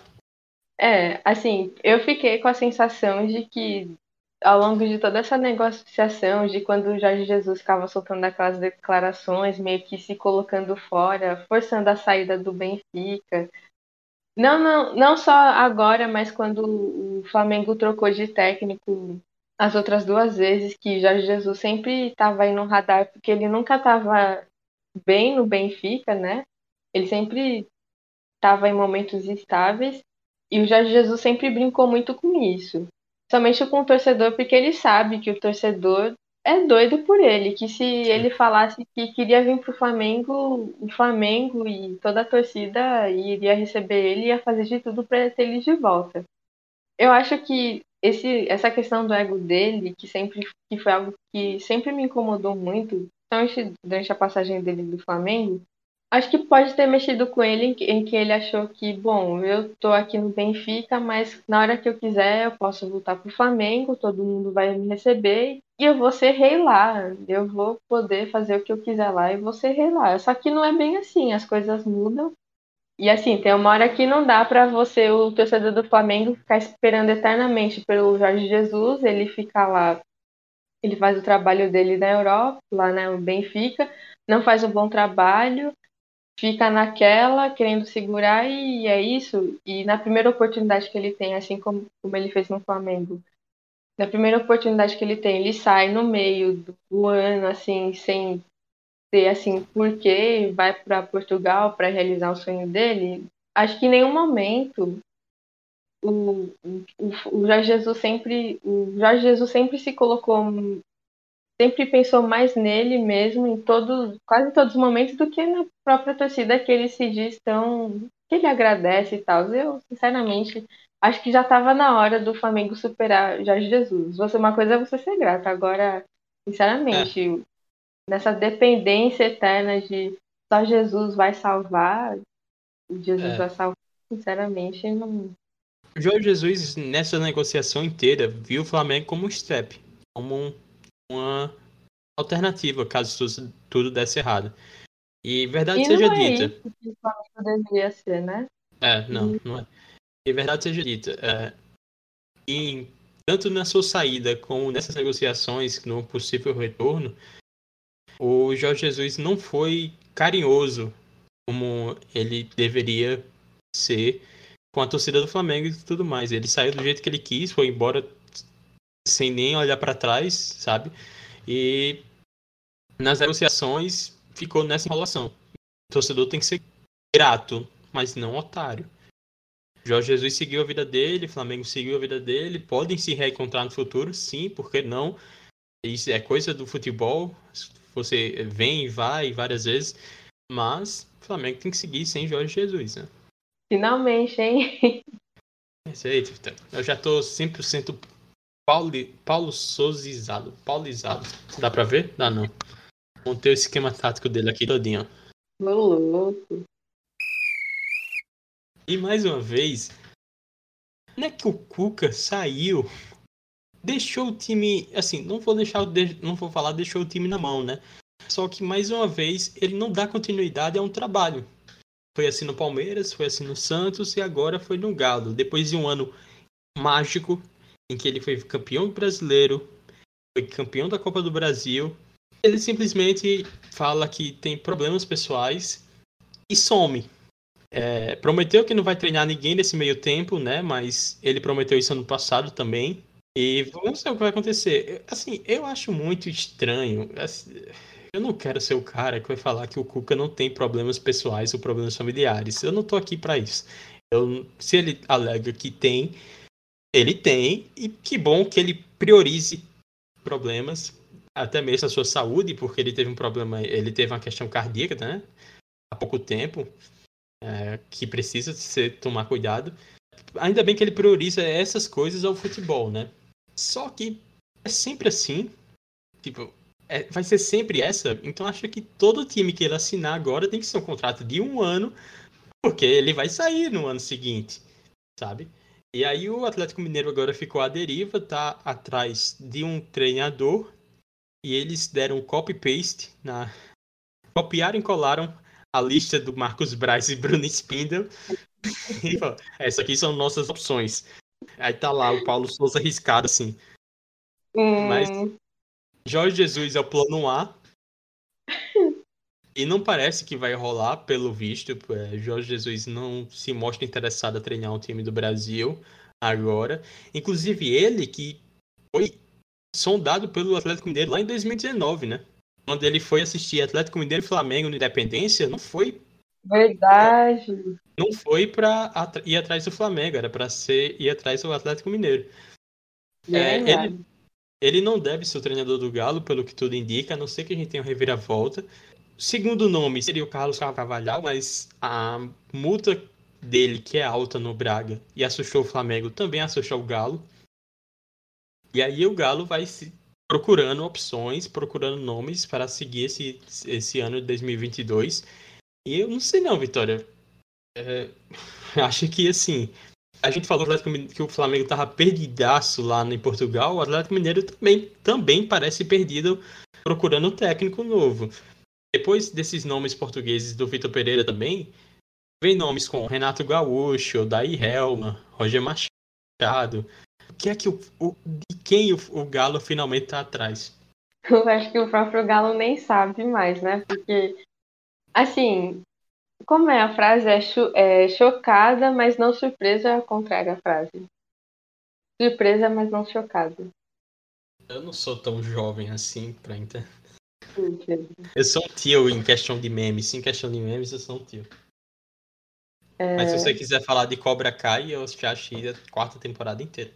Speaker 3: é, assim, eu fiquei com a sensação de que ao longo de toda essa negociação, de quando o Jorge Jesus ficava soltando aquelas declarações, meio que se colocando fora, forçando a saída do Benfica. Não, não, não só agora, mas quando o Flamengo trocou de técnico as outras duas vezes, que Jorge Jesus sempre estava aí no radar, porque ele nunca estava bem no Benfica, né? Ele sempre estava em momentos estáveis e o Jorge Jesus sempre brincou muito com isso. Somente com o torcedor, porque ele sabe que o torcedor é doido por ele, que se
Speaker 2: Sim.
Speaker 3: ele falasse que queria vir para o Flamengo, o Flamengo e toda a torcida iria receber ele e ia fazer de tudo para ter ele de volta. Eu acho que esse, essa questão do ego dele, que sempre que foi algo que sempre me incomodou muito, principalmente durante a passagem dele do Flamengo, acho que pode ter mexido com ele em que, em que ele achou que, bom, eu tô aqui no Benfica, mas na hora que eu quiser eu posso voltar pro Flamengo, todo mundo vai me receber e eu vou ser rei lá. Eu vou poder fazer o que eu quiser lá e vou ser rei lá. Só que não é bem assim, as coisas mudam. E assim, tem uma hora que não dá pra você, o torcedor do Flamengo, ficar esperando eternamente pelo Jorge Jesus, ele fica lá, ele faz o trabalho dele na Europa, lá no Benfica, não faz um bom trabalho, fica naquela, querendo segurar, e é isso. E na primeira oportunidade que ele tem, assim como, como ele fez no Flamengo, na primeira oportunidade que ele tem, ele sai no meio do ano, assim, sem ter, assim, porquê, vai para Portugal para realizar o sonho dele. Acho que em nenhum momento o, o, o Jorge Jesus sempre, o Jorge Jesus sempre se colocou, sempre pensou mais nele mesmo em todos, quase todos os momentos do que na própria torcida que ele se diz tão, que ele agradece e tal. Eu, sinceramente, acho que já estava na hora do Flamengo superar Jorge Jesus. Você, uma coisa é você ser grato, agora,
Speaker 2: É,
Speaker 3: sinceramente, nessa dependência eterna de só Jesus vai salvar, Jesus
Speaker 2: é.
Speaker 3: vai salvar, sinceramente, não.
Speaker 2: O Jorge Jesus, nessa negociação inteira, viu o Flamengo como um step, como um, uma alternativa, caso tudo, tudo desse errado. E verdade
Speaker 3: E
Speaker 2: seja
Speaker 3: não é
Speaker 2: dita,
Speaker 3: isso que o Flamengo deveria ser, né?
Speaker 2: é, não, não é. E verdade seja dita, é, em, tanto na sua saída como nessas negociações, no possível retorno, O Jorge Jesus não foi carinhoso como ele deveria ser com a torcida do Flamengo e tudo mais. Ele saiu do jeito que ele quis, foi embora sem nem olhar para trás, sabe? E nas negociações ficou nessa enrolação. O torcedor tem que ser grato, mas não otário. Jorge Jesus seguiu a vida dele, Flamengo seguiu a vida dele, podem se reencontrar no futuro, sim, por que não? Isso é coisa do futebol, você vem e vai várias vezes, mas o Flamengo tem que seguir sem Jorge Jesus, né?
Speaker 3: Finalmente, hein?
Speaker 2: Perfeito, Vitor. Eu já tô cem por cento Pauli, Paulo Souzizado, paulizado. Dá pra ver? Dá não. Montei o esquema tático dele aqui todinho.
Speaker 3: Ô, louco.
Speaker 2: E mais uma vez, não é que o Cuca saiu, deixou o time, assim, não vou deixar, não vou falar deixou o time na mão, né? Só que mais uma vez ele não dá continuidade a um trabalho. Foi assim no Palmeiras, foi assim no Santos e agora foi no Galo. Depois de um ano mágico em que ele foi campeão brasileiro, foi campeão da Copa do Brasil, ele simplesmente fala que tem problemas pessoais e some. É, prometeu que não vai treinar ninguém nesse meio tempo, né? Mas ele prometeu isso ano passado também. E vamos ver o que vai acontecer. Assim, eu acho muito estranho. Assim, eu não quero ser o cara que vai falar que o Cuca não tem problemas pessoais ou problemas familiares. Eu não tô aqui pra isso. Eu, se ele alega que tem, ele tem. E que bom que ele priorize problemas, até mesmo a sua saúde, porque ele teve um problema, ele teve uma questão cardíaca, né? Há pouco tempo, é, que precisa ser, tomar cuidado. Ainda bem que ele prioriza essas coisas ao futebol, né? Só que é sempre assim, tipo, é, vai ser sempre essa, então acho que todo time que ele assinar agora tem que ser um contrato de um ano, porque ele vai sair no ano seguinte, sabe? E aí o Atlético Mineiro agora ficou à deriva, tá atrás de um treinador, e eles deram copy-paste, na... copiaram e colaram a lista do Marcos Braz e Bruno Spindel, e falaram, essas aqui são nossas opções. Aí tá lá o Paulo Souza riscado assim. Mas
Speaker 3: Hum,
Speaker 2: Jorge Jesus é o plano A. E não parece que vai rolar, pelo visto. É, Jorge Jesus não se mostra interessado a treinar um time do Brasil agora. Inclusive ele que foi sondado pelo Atlético Mineiro lá em dois mil e dezenove, né? Quando ele foi assistir Atlético Mineiro e Flamengo no Independência, não foi,
Speaker 3: verdade.
Speaker 2: não foi para ir atrás do Flamengo, era para ser ir atrás do Atlético Mineiro.
Speaker 3: Bem
Speaker 2: É, ele,
Speaker 3: lembrado.
Speaker 2: ele não deve ser o treinador do Galo, pelo que tudo indica, a não ser que a gente tenha um reviravolta. Segundo nome seria o Carlos Carvalhal, mas a multa dele, que é alta no Braga, e assustou o Flamengo, também assustou o Galo. E aí o Galo vai se procurando opções, procurando nomes para seguir esse, esse ano de dois mil e vinte e dois. E eu não sei não, Vitória. É, acho que assim, a gente falou que o Flamengo estava perdidaço lá em Portugal, o Atlético Mineiro também, também parece perdido procurando um técnico novo. Depois desses nomes portugueses do Vitor Pereira também, vem nomes como Renato Gaúcho, Daí Helma, Roger Machado. O que é que o, o de quem o, o Galo finalmente está atrás?
Speaker 3: Eu acho que o próprio Galo nem sabe mais, né? Porque, assim, como é a frase? É, cho- é chocada, mas não surpresa, é a contrária a frase. Surpresa, mas não chocada.
Speaker 2: Eu não sou tão jovem assim pra entender.
Speaker 3: Surpresa.
Speaker 2: Eu sou um tio em questão de memes. Em questão de memes, eu sou um tio. Mas se você
Speaker 3: É,
Speaker 2: quiser falar de Cobra Kai, eu já achei a quarta temporada inteira.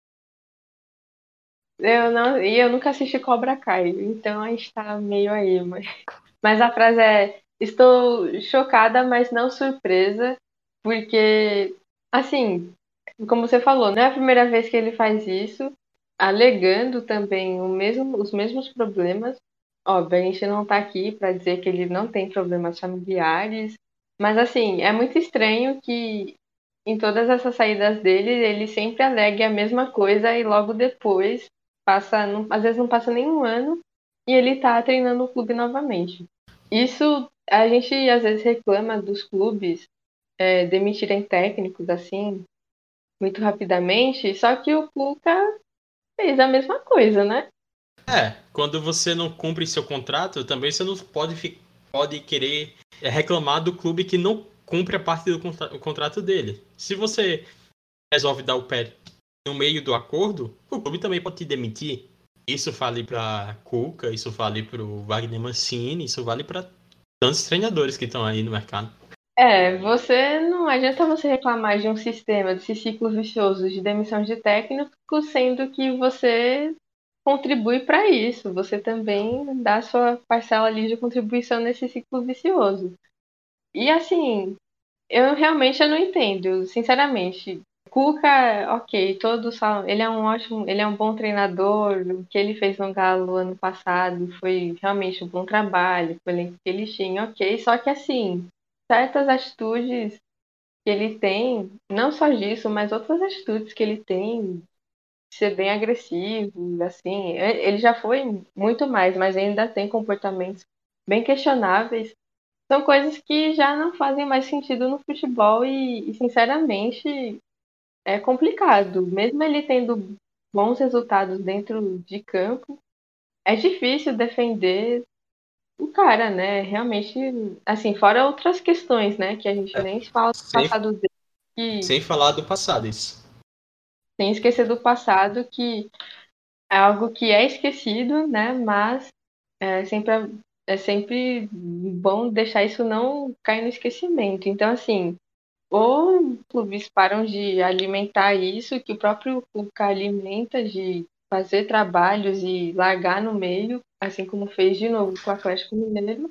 Speaker 3: eu não, e eu nunca assisti Cobra Kai, então a gente tá meio aí. Mas, mas a frase é: estou chocada, mas não surpresa, porque, assim, como você falou, não é a primeira vez que ele faz isso, alegando também o mesmo, os mesmos problemas. Óbvio, a gente não tá aqui para dizer que ele não tem problemas familiares, mas, assim, é muito estranho que em todas essas saídas dele, ele sempre alegue a mesma coisa e logo depois passa, não- às vezes não passa nem um ano e ele tá treinando o clube novamente. Isso a gente às vezes reclama dos clubes é, demitirem técnicos assim muito rapidamente, só que o Cuca fez a mesma coisa, né?
Speaker 2: É, quando você não cumpre seu contrato, também você não pode, fi- pode querer é, reclamar do clube que não cumpre a parte do contra- o contrato dele. Se você resolve dar o pé no meio do acordo, o clube também pode te demitir. Isso vale para Cuca, isso vale para o Wagner Mancini, isso vale para tantos treinadores que estão aí no mercado.
Speaker 3: É, você não adianta você reclamar de um sistema, desse ciclo vicioso de demissão de técnico, sendo que você contribui para isso. Você também dá sua parcela ali de contribuição nesse ciclo vicioso. E assim, eu realmente eu não entendo, sinceramente. Cuca, ok, todos falam, ele é um ótimo, ele é um bom treinador, o que ele fez no Galo ano passado foi realmente um bom trabalho, foi o elenco que ele tinha, ok, só que assim, certas atitudes que ele tem, não só disso, mas outras atitudes que ele tem, de ser bem agressivo, assim, ele já foi muito mais, mas ainda tem comportamentos bem questionáveis, são coisas que já não fazem mais sentido no futebol e, e, sinceramente, é complicado. Mesmo ele tendo bons resultados dentro de campo, é difícil defender o cara, né? Realmente, assim, fora outras questões, né? Que a gente
Speaker 2: É,
Speaker 3: nem fala do
Speaker 2: sem,
Speaker 3: passado dele, que,
Speaker 2: sem falar do passado, isso.
Speaker 3: sem esquecer do passado, que é algo que é esquecido, né? Mas é sempre, é sempre bom deixar isso não cair no esquecimento. Então, assim, ou clubes param de alimentar isso, que o próprio clube alimenta de fazer trabalhos e largar no meio, assim como fez de novo com o Atlético Mineiro,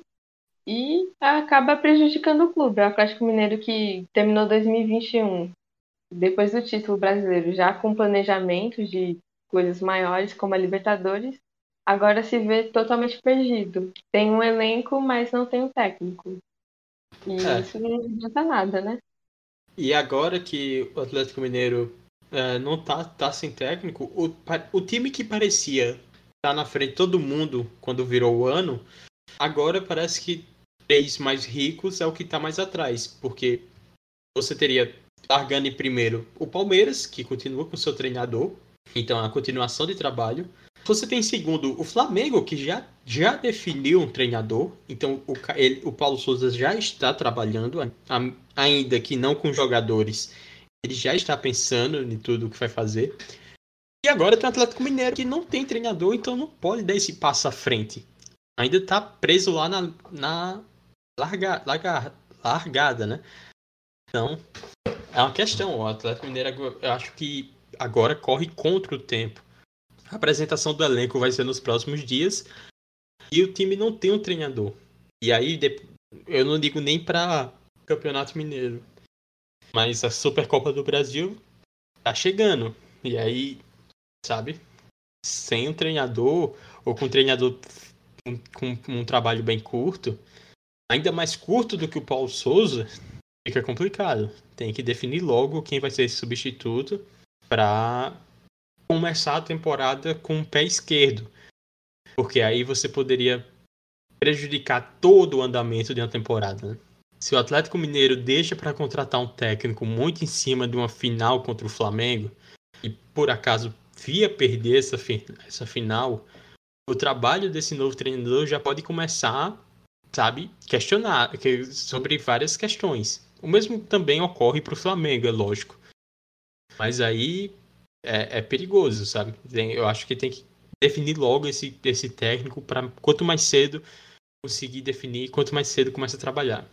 Speaker 3: e acaba prejudicando o clube. O Atlético Mineiro que terminou dois mil e vinte e um, depois do título brasileiro, já com planejamento de coisas maiores como a Libertadores, agora se vê totalmente perdido. Tem um elenco, mas não tem um técnico. E
Speaker 2: É,
Speaker 3: isso não adianta nada, né?
Speaker 2: e agora que o Atlético Mineiro é, não tá, tá sem técnico, o, pa- o time que parecia estar na frente de todo mundo quando virou o ano, agora parece que três mais ricos é o que está mais atrás, porque você teria largando em primeiro o Palmeiras, que continua com seu treinador, então é a continuação de trabalho. Você tem em segundo o Flamengo, que já, já definiu um treinador, então o, ca- ele, o Paulo Souza já está trabalhando, a- ainda que não com jogadores, ele já está pensando em tudo o que vai fazer. E agora tem o Atlético Mineiro, que não tem treinador, então não pode dar esse passo à frente. Ainda está preso lá na, na larga, larga, largada, né? Então, é uma questão. O Atlético Mineiro, eu acho que agora corre contra o tempo. A apresentação do elenco vai ser nos próximos dias e o time não tem um treinador. E aí, eu não digo nem para Campeonato Mineiro, mas a Supercopa do Brasil tá chegando. E aí, sabe, sem um treinador ou com um treinador com, com um trabalho bem curto, ainda mais curto do que o Paulo Souza, fica complicado. Tem que definir logo quem vai ser esse substituto para começar a temporada com o pé esquerdo. Porque aí você poderia prejudicar todo o andamento de uma temporada. Né? Se o Atlético Mineiro deixa para contratar um técnico muito em cima de uma final contra o Flamengo, e por acaso via perder essa, essa final, o trabalho desse novo treinador já pode começar, sabe, questionar sobre várias questões. O mesmo também ocorre para o Flamengo, é lógico. Mas aí é, é perigoso, sabe? Tem, eu acho que tem que definir logo esse, esse técnico para quanto mais cedo conseguir definir, quanto mais cedo começa a trabalhar.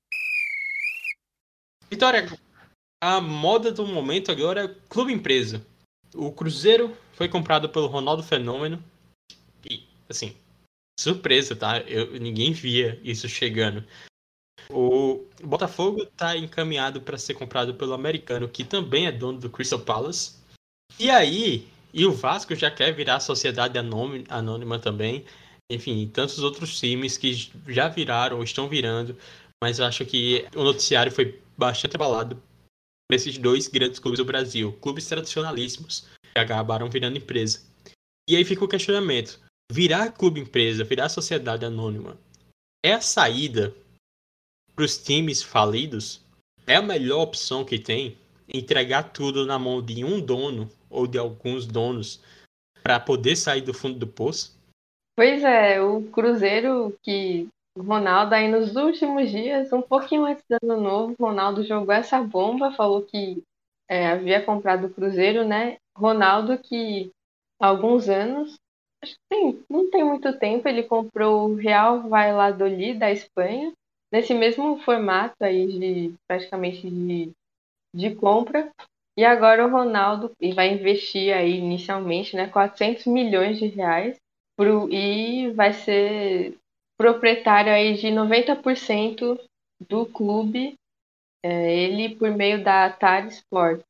Speaker 2: Vitória, a moda do momento agora é clube empresa. O Cruzeiro foi comprado pelo Ronaldo Fenômeno e, assim, surpresa, tá? Eu, ninguém via isso chegando. O Botafogo está encaminhado para ser comprado pelo Americano, que também é dono do Crystal Palace. E aí, e o Vasco já quer virar sociedade anônima também. Enfim, tantos outros times que já viraram ou estão virando. Mas eu acho que o noticiário foi bastante abalado por esses dois grandes clubes do Brasil. Clubes tradicionalíssimos que acabaram virando empresa. E aí fica o questionamento. Virar clube empresa, virar sociedade anônima, é a saída para os times falidos? É a melhor opção que tem? Entregar tudo na mão de um dono ou de alguns donos para poder sair do fundo do poço?
Speaker 3: Pois é, o Cruzeiro que o Ronaldo aí nos últimos dias, um pouquinho antes do ano novo, o Ronaldo jogou essa bomba, falou que é, havia comprado o Cruzeiro, né? Ronaldo que há alguns anos, acho que tem, não tem muito tempo, ele comprou o Real Valladolid da Espanha, nesse mesmo formato aí de praticamente de, de compra. E agora o Ronaldo vai investir aí inicialmente, né, quatrocentos milhões de reais pro, e vai ser proprietário aí de noventa por cento do clube, é, ele por meio da Atar Sports.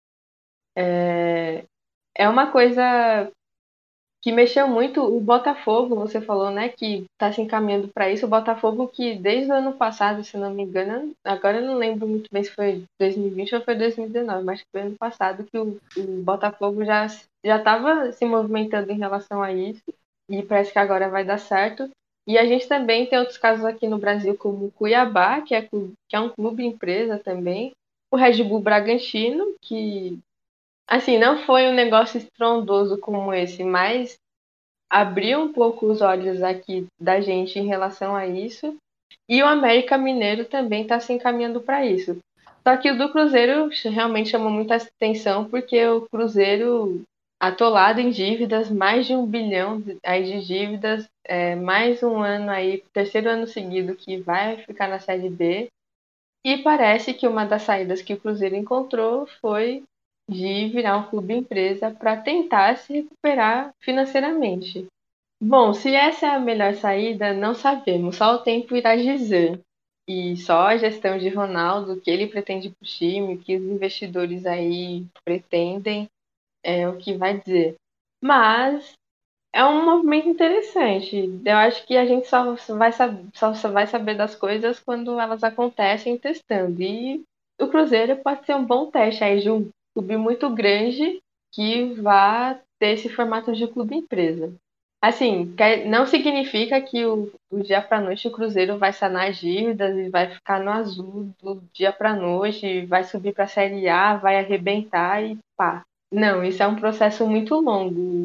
Speaker 3: É, é uma coisa que mexeu muito o Botafogo, você falou, né, que está se encaminhando para isso. O Botafogo que desde o ano passado, se não me engano, agora eu não lembro muito bem se foi dois mil e vinte ou foi dois mil e dezenove, mas foi ano passado que o, o Botafogo já já estava se movimentando em relação a isso e parece que agora vai dar certo. E a gente também tem outros casos aqui no Brasil, como o Cuiabá, que é, que é um clube empresa também, o Red Bull Bragantino, que assim, não foi um negócio estrondoso como esse, mas abriu um pouco os olhos aqui da gente em relação a isso. E o América Mineiro também está se encaminhando para isso. Só que o do Cruzeiro realmente chamou muita atenção, porque o Cruzeiro atolado em dívidas, mais de um bilhão aí de dívidas, é, mais um ano aí, terceiro ano seguido que vai ficar na Série B. E parece que uma das saídas que o Cruzeiro encontrou foi de virar um clube empresa para tentar se recuperar financeiramente. Bom, se essa é a melhor saída, não sabemos, só o tempo irá dizer. E só a gestão de Ronaldo, o que ele pretende para o time, o que os investidores aí pretendem, é o que vai dizer. Mas é um movimento interessante. Eu acho que a gente só vai, sab- só só vai saber das coisas quando elas acontecem testando. E o Cruzeiro pode ser um bom teste aí de um clube muito grande que vá ter esse formato de clube empresa. Assim, quer- não significa que o, do dia para noite o Cruzeiro vai sanar as dívidas e vai ficar no azul do dia para noite, vai subir para a Série A, vai arrebentar e pá. Não, isso é um processo muito longo.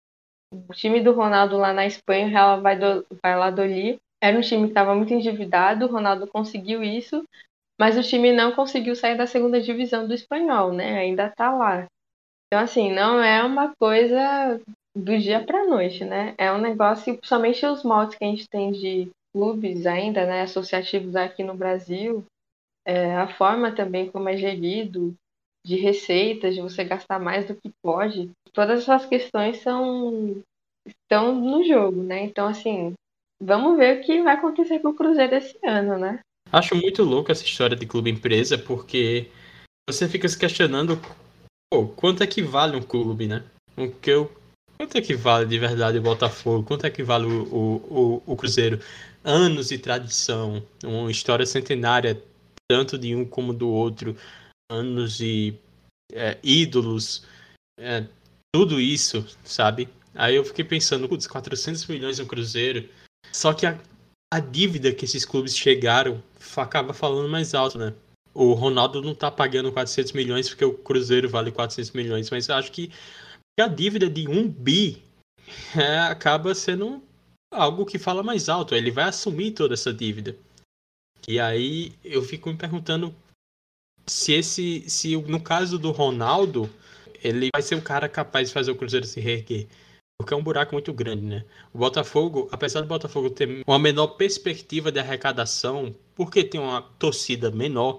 Speaker 3: O time do Ronaldo lá na Espanha, o Real Valladolid, era um time que estava muito endividado, o Ronaldo conseguiu isso, mas o time não conseguiu sair da segunda divisão do espanhol, né? Ainda está lá. Então, assim, não é uma coisa do dia para a noite, né? É um negócio, principalmente os moldes que a gente tem de clubes ainda, né, associativos aqui no Brasil, é, a forma também como é gerido, de receitas, de você gastar mais do que pode, todas essas questões são estão no jogo, né? Então, assim, vamos ver o que vai acontecer com o Cruzeiro esse ano, né?
Speaker 2: Acho muito louco essa história de clube empresa, porque você fica se questionando, pô, quanto é que vale um clube, né? O que eu, quanto é que vale de verdade o Botafogo? Quanto é que vale o, o, o, o Cruzeiro? Anos de tradição, uma história centenária, tanto de um como do outro, anos de é, ídolos, é, tudo isso, sabe? Aí eu fiquei pensando, putz, quatrocentos milhões no Cruzeiro, só que a, a dívida que esses clubes chegaram acaba falando mais alto, né? O Ronaldo não tá pagando quatrocentos milhões porque o Cruzeiro vale quatrocentos milhões, mas eu acho que a dívida de um bi é, acaba sendo algo que fala mais alto. Ele vai assumir toda essa dívida. E aí eu fico me perguntando se esse, se no caso do Ronaldo, ele vai ser o cara capaz de fazer o Cruzeiro se reerguer. Porque é um buraco muito grande, né? O Botafogo, apesar do Botafogo ter uma menor perspectiva de arrecadação, porque tem uma torcida menor,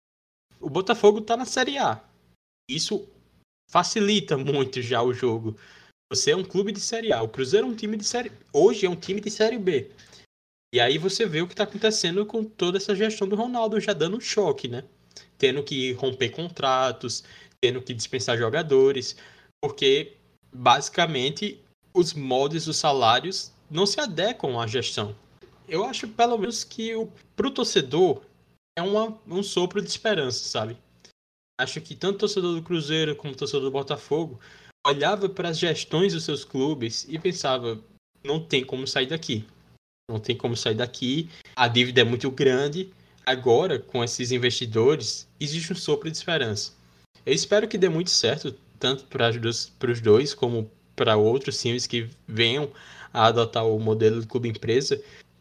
Speaker 2: o Botafogo tá na Série A. Isso facilita muito já o jogo. Você é um clube de Série A. O Cruzeiro é um time de Série... Hoje é um time de Série B. E aí você vê o que tá acontecendo com toda essa gestão do Ronaldo já dando um choque, né? Tendo que romper contratos, tendo que dispensar jogadores, porque basicamente os moldes dos salários não se adequam à gestão. Eu acho pelo menos que o, pro torcedor é uma, um sopro de esperança, sabe? Acho que tanto o torcedor do Cruzeiro como o torcedor do Botafogo olhava para as gestões dos seus clubes e pensava, não tem como sair daqui. Não tem como sair daqui. A dívida é muito grande. Agora, com esses investidores, existe um sopro de esperança. Eu espero que dê muito certo, tanto para os dois como para outros times que venham a adotar o modelo do clube empresa.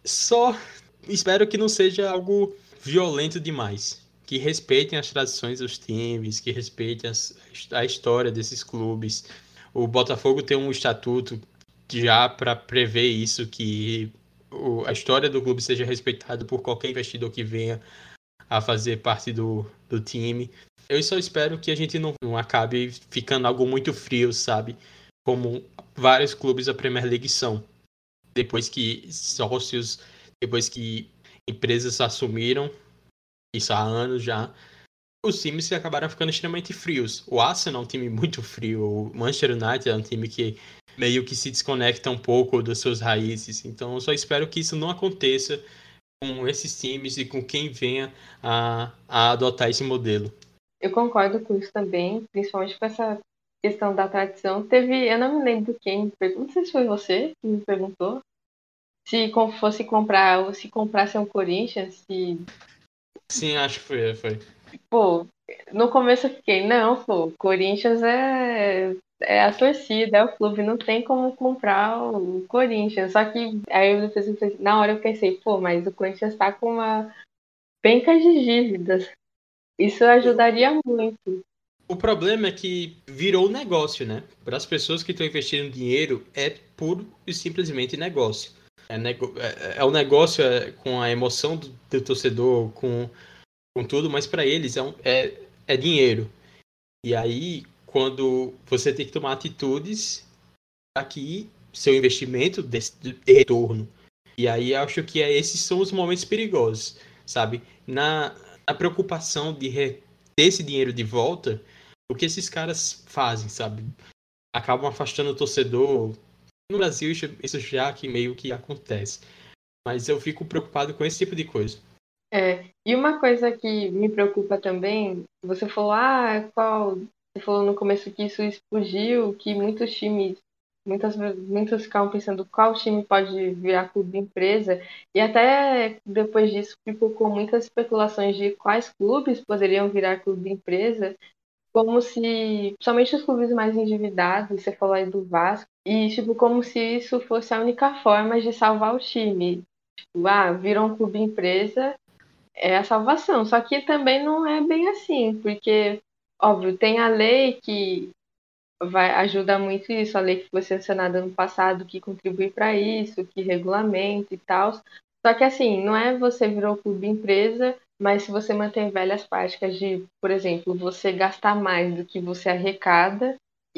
Speaker 2: Só espero que não seja algo violento demais. Que respeitem as tradições dos times, que respeitem as, a história desses clubes. O Botafogo tem um estatuto já para prever isso, que o, a história do clube seja respeitada por qualquer investidor que venha a fazer parte do, do time. Eu só espero que a gente não, não acabe ficando algo muito frio, sabe? Como vários clubes da Premier League são. Depois que sócios, depois que empresas assumiram, isso há anos já, os times acabaram ficando extremamente frios. O Arsenal é um time muito frio, o Manchester United é um time que meio que se desconecta um pouco das suas raízes. Então eu só espero que isso não aconteça com esses times e com quem venha a, a adotar esse modelo.
Speaker 3: Eu concordo com isso também, principalmente com essa questão da tradição. Teve, eu não me lembro quem me perguntou, não sei se foi você que me perguntou, se fosse comprar, ou se comprasse um Corinthians, se...
Speaker 2: Sim, acho que foi, foi.
Speaker 3: Pô, no começo eu fiquei, não, pô, Corinthians é, é a torcida, é o clube, não tem como comprar o Corinthians. Só que aí eu depois, na hora eu pensei, pô, mas o Corinthians tá com uma penca de dívidas. Isso ajudaria muito.
Speaker 2: O problema é que virou negócio, né? Para as pessoas que estão investindo dinheiro, é puro e simplesmente negócio. É, nego... é, é um negócio é, com a emoção do, do torcedor, com, com tudo, mas para eles é, um, é, é dinheiro. E aí, quando você tem que tomar atitudes para que seu investimento dê, dê retorno. E aí, acho que é, esses são os momentos perigosos, sabe? Na, na preocupação de re, ter esse dinheiro de volta, o que esses caras fazem, sabe? Acabam afastando o torcedor. No Brasil, isso, isso já que meio que acontece. Mas eu fico preocupado com esse tipo de coisa.
Speaker 3: É, e uma coisa que me preocupa também, você falou, ah, qual, você falou no começo que isso explodiu, que muitos times, muitas, muitos ficavam pensando qual time pode virar clube empresa, e até depois disso ficou com muitas especulações de quais clubes poderiam virar clube empresa, como se, somente os clubes mais endividados, você falou aí do Vasco, e tipo, como se isso fosse a única forma de salvar o time. Tipo, ah, virou um clube empresa, é a salvação. Só que também não é bem assim, porque, óbvio, tem a lei que vai ajuda muito isso, a lei que foi sancionada ano passado, que contribui para isso, que regulamenta e tal. Só que assim, não é você virou clube empresa, mas se você mantém velhas práticas de, por exemplo, você gastar mais do que você arrecada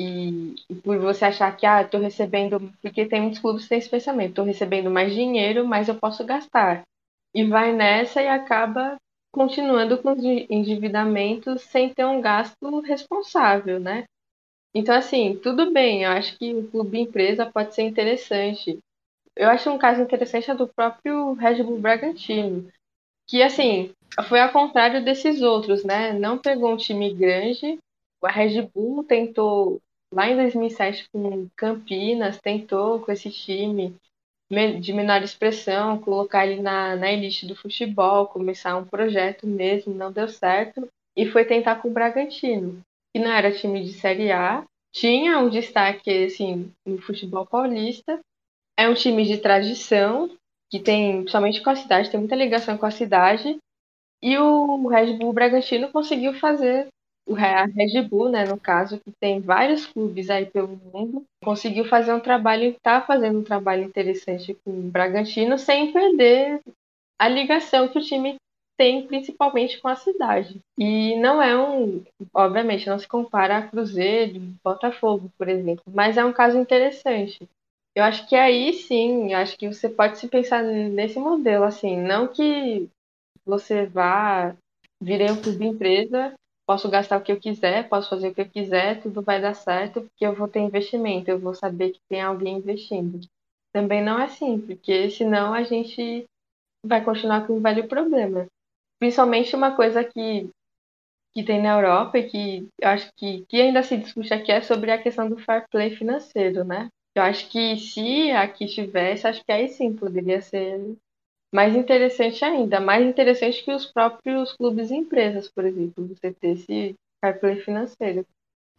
Speaker 3: e, e por você achar que, ah, estou recebendo, porque tem muitos clubes que têm esse pensamento, estou recebendo mais dinheiro, mas eu posso gastar. E vai nessa e acaba continuando com os endividamentos sem ter um gasto responsável, né? Então, assim, tudo bem, eu acho que o clube empresa pode ser interessante. Eu acho um caso interessante é do próprio Red Bull Bragantino, que, assim, foi ao contrário desses outros, né? Não pegou um time grande, a Red Bull tentou, lá em dois mil e sete, com Campinas, tentou com esse time de menor expressão, colocar ele na, na elite do futebol, começar um projeto mesmo, não deu certo, e foi tentar com o Bragantino, que não era time de Série A, tinha um destaque assim, no futebol paulista, é um time de tradição, que tem, principalmente com a cidade, tem muita ligação com a cidade, e o Red Bull Bragantino conseguiu fazer, o Re- a Red Bull, né, no caso, que tem vários clubes aí pelo mundo, conseguiu fazer um trabalho, está fazendo um trabalho interessante com o Bragantino, sem perder a ligação que o time tem principalmente com a cidade. E não é um, obviamente, não se compara a Cruzeiro, Botafogo, por exemplo, mas é um caso interessante. Eu acho que aí sim, eu acho que você pode se pensar nesse modelo, assim, não que você vá, virei um clube empresa, posso gastar o que eu quiser, posso fazer o que eu quiser, tudo vai dar certo, porque eu vou ter investimento, eu vou saber que tem alguém investindo. Também não é assim, porque senão a gente vai continuar com um velho problema. Principalmente uma coisa que, que tem na Europa e que eu acho que, que ainda se discute aqui é sobre a questão do fair play financeiro, né? Eu acho que se aqui tivesse, acho que aí sim poderia ser mais interessante ainda, mais interessante que os próprios clubes e empresas, por exemplo, você ter esse fair play financeiro.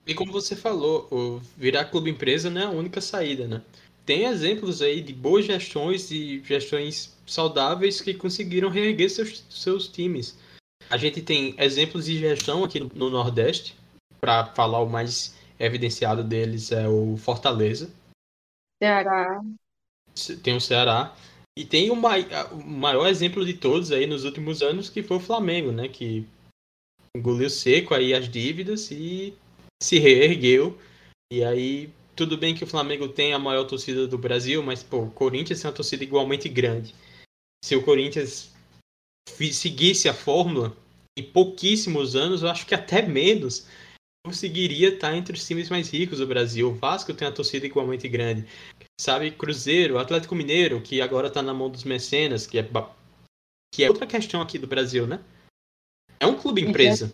Speaker 2: E como você falou, o virar clube empresa não é a única saída, né? Tem exemplos aí de boas gestões e gestões saudáveis que conseguiram reerguer seus, seus times. A gente tem exemplos de gestão aqui no, no Nordeste. Para falar o mais evidenciado deles é o Fortaleza.
Speaker 3: Ceará.
Speaker 2: Tem o Ceará. E tem o, mai, o maior exemplo de todos aí nos últimos anos, que foi o Flamengo, né? Que engoliu seco aí as dívidas e se reergueu. E aí, tudo bem que o Flamengo tem a maior torcida do Brasil, mas, pô, o Corinthians é uma torcida igualmente grande. Se o Corinthians seguisse a fórmula, em pouquíssimos anos, eu acho que até menos, conseguiria estar entre os times mais ricos do Brasil. O Vasco tem uma torcida igualmente grande. Sabe, Cruzeiro, Atlético Mineiro, que agora está na mão dos mecenas, que é, que é outra questão aqui do Brasil, né? É um clube empresa.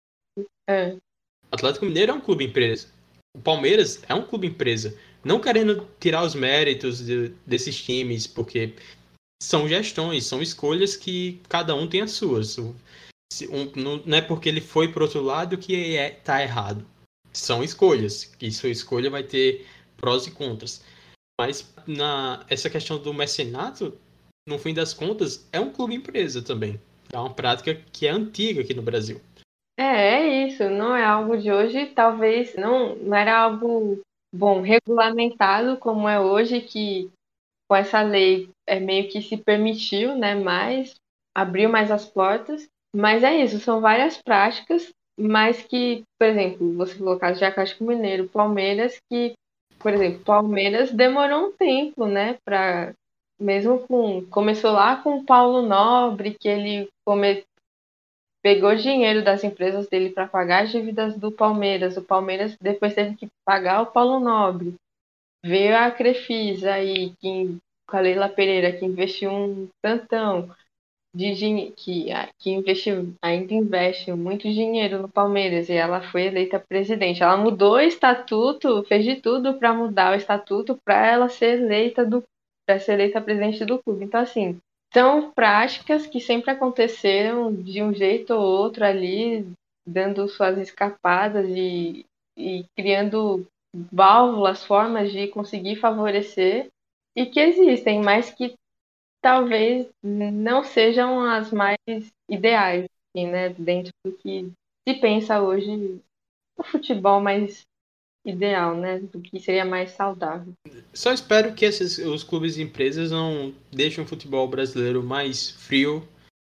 Speaker 3: É.
Speaker 2: Atlético Mineiro é um clube empresa. O Palmeiras é um clube empresa. Não querendo tirar os méritos de, desses times, porque são gestões, são escolhas que cada um tem as suas. Um, não, não é porque ele foi para outro lado que está é, errado. São escolhas, que sua escolha vai ter prós e contras. Mas na, essa questão do mecenato, no fim das contas, é um clube empresa também. É uma prática que é antiga aqui no Brasil.
Speaker 3: É, é isso, não é algo de hoje, talvez não, não era algo, bom, regulamentado como é hoje, que com essa lei é meio que se permitiu, né, mais, abriu mais as portas, mas é isso, são várias práticas, mas que, por exemplo, você falou o caso de Atlético Mineiro, Palmeiras, que, por exemplo, Palmeiras demorou um tempo, né, para mesmo com, começou lá com o Paulo Nobre, que ele come, pegou dinheiro das empresas dele para pagar as dívidas do Palmeiras. O Palmeiras depois teve que pagar o Paulo Nobre. Veio a Crefisa aí, que, com a Leila Pereira, que investiu um tantão de dinheiro, que, que investiu, ainda investe muito dinheiro no Palmeiras, e ela foi eleita presidente. Ela mudou o estatuto, fez de tudo para mudar o estatuto para ela ser eleita do para ser eleita presidente do clube. Então, assim, são práticas que sempre aconteceram de um jeito ou outro ali, dando suas escapadas e, e criando válvulas, formas de conseguir favorecer, e que existem, mas que talvez não sejam as mais ideais, assim, né, dentro do que se pensa hoje o futebol mais ideal, né, do que seria mais saudável.
Speaker 2: Só espero que esses, os clubes e empresas não deixem o futebol brasileiro mais frio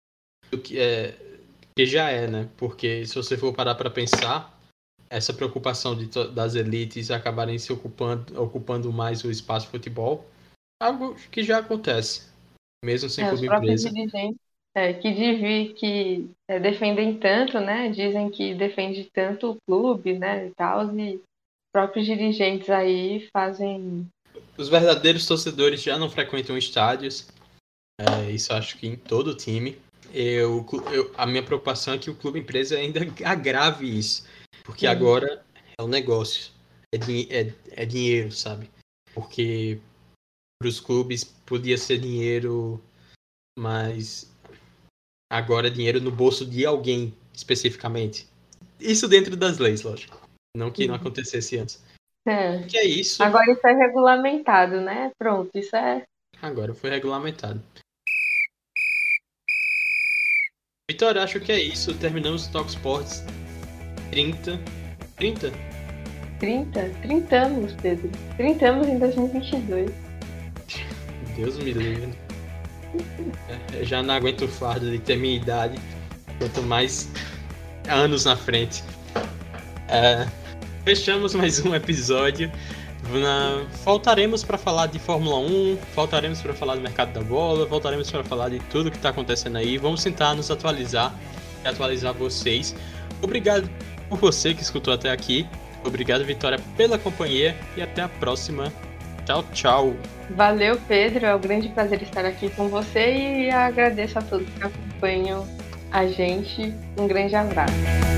Speaker 2: do que, é, que já é, né? Porque se você for parar para pensar, essa preocupação de, das elites acabarem se ocupando, ocupando mais o espaço do futebol, algo que já acontece, mesmo sem
Speaker 3: é,
Speaker 2: clube
Speaker 3: os próprios
Speaker 2: empresa.
Speaker 3: dirigentes é, que, divi, que é, defendem tanto, né, dizem que defende tanto o clube, né, e tal, e próprios dirigentes aí fazem...
Speaker 2: Os verdadeiros torcedores já não frequentam estádios, é, isso acho que em todo time. Eu, eu, a minha preocupação é que o clube empresa ainda agrave isso, porque uhum. agora é um negócio, é, é, é dinheiro, sabe? Porque para os clubes podia ser dinheiro, mas agora é dinheiro no bolso de alguém especificamente. Isso dentro das leis, lógico. Não que uhum. não acontecesse antes.
Speaker 3: É.
Speaker 2: Que é isso.
Speaker 3: Agora isso é regulamentado, né? Pronto, isso é...
Speaker 2: Agora foi regulamentado. Vitor, acho que é isso. Terminamos o Talk Sports trinta. trinta?
Speaker 3: trinta? trinta anos, Pedro. trinta anos em dois mil e vinte e dois.
Speaker 2: Deus me livre. Eu já não aguento o fardo de ter minha idade. Quanto mais anos na frente. É, fechamos mais um episódio. Na, voltaremos para falar de Fórmula um, voltaremos para falar do mercado da bola, voltaremos para falar de tudo que está acontecendo aí. Vamos tentar nos atualizar e atualizar vocês. Obrigado por você que escutou até aqui. Obrigado, Vitória, pela companhia e até a próxima. Tchau, tchau.
Speaker 3: Valeu, Pedro. É um grande prazer estar aqui com você e agradeço a todos que acompanham a gente. Um grande abraço.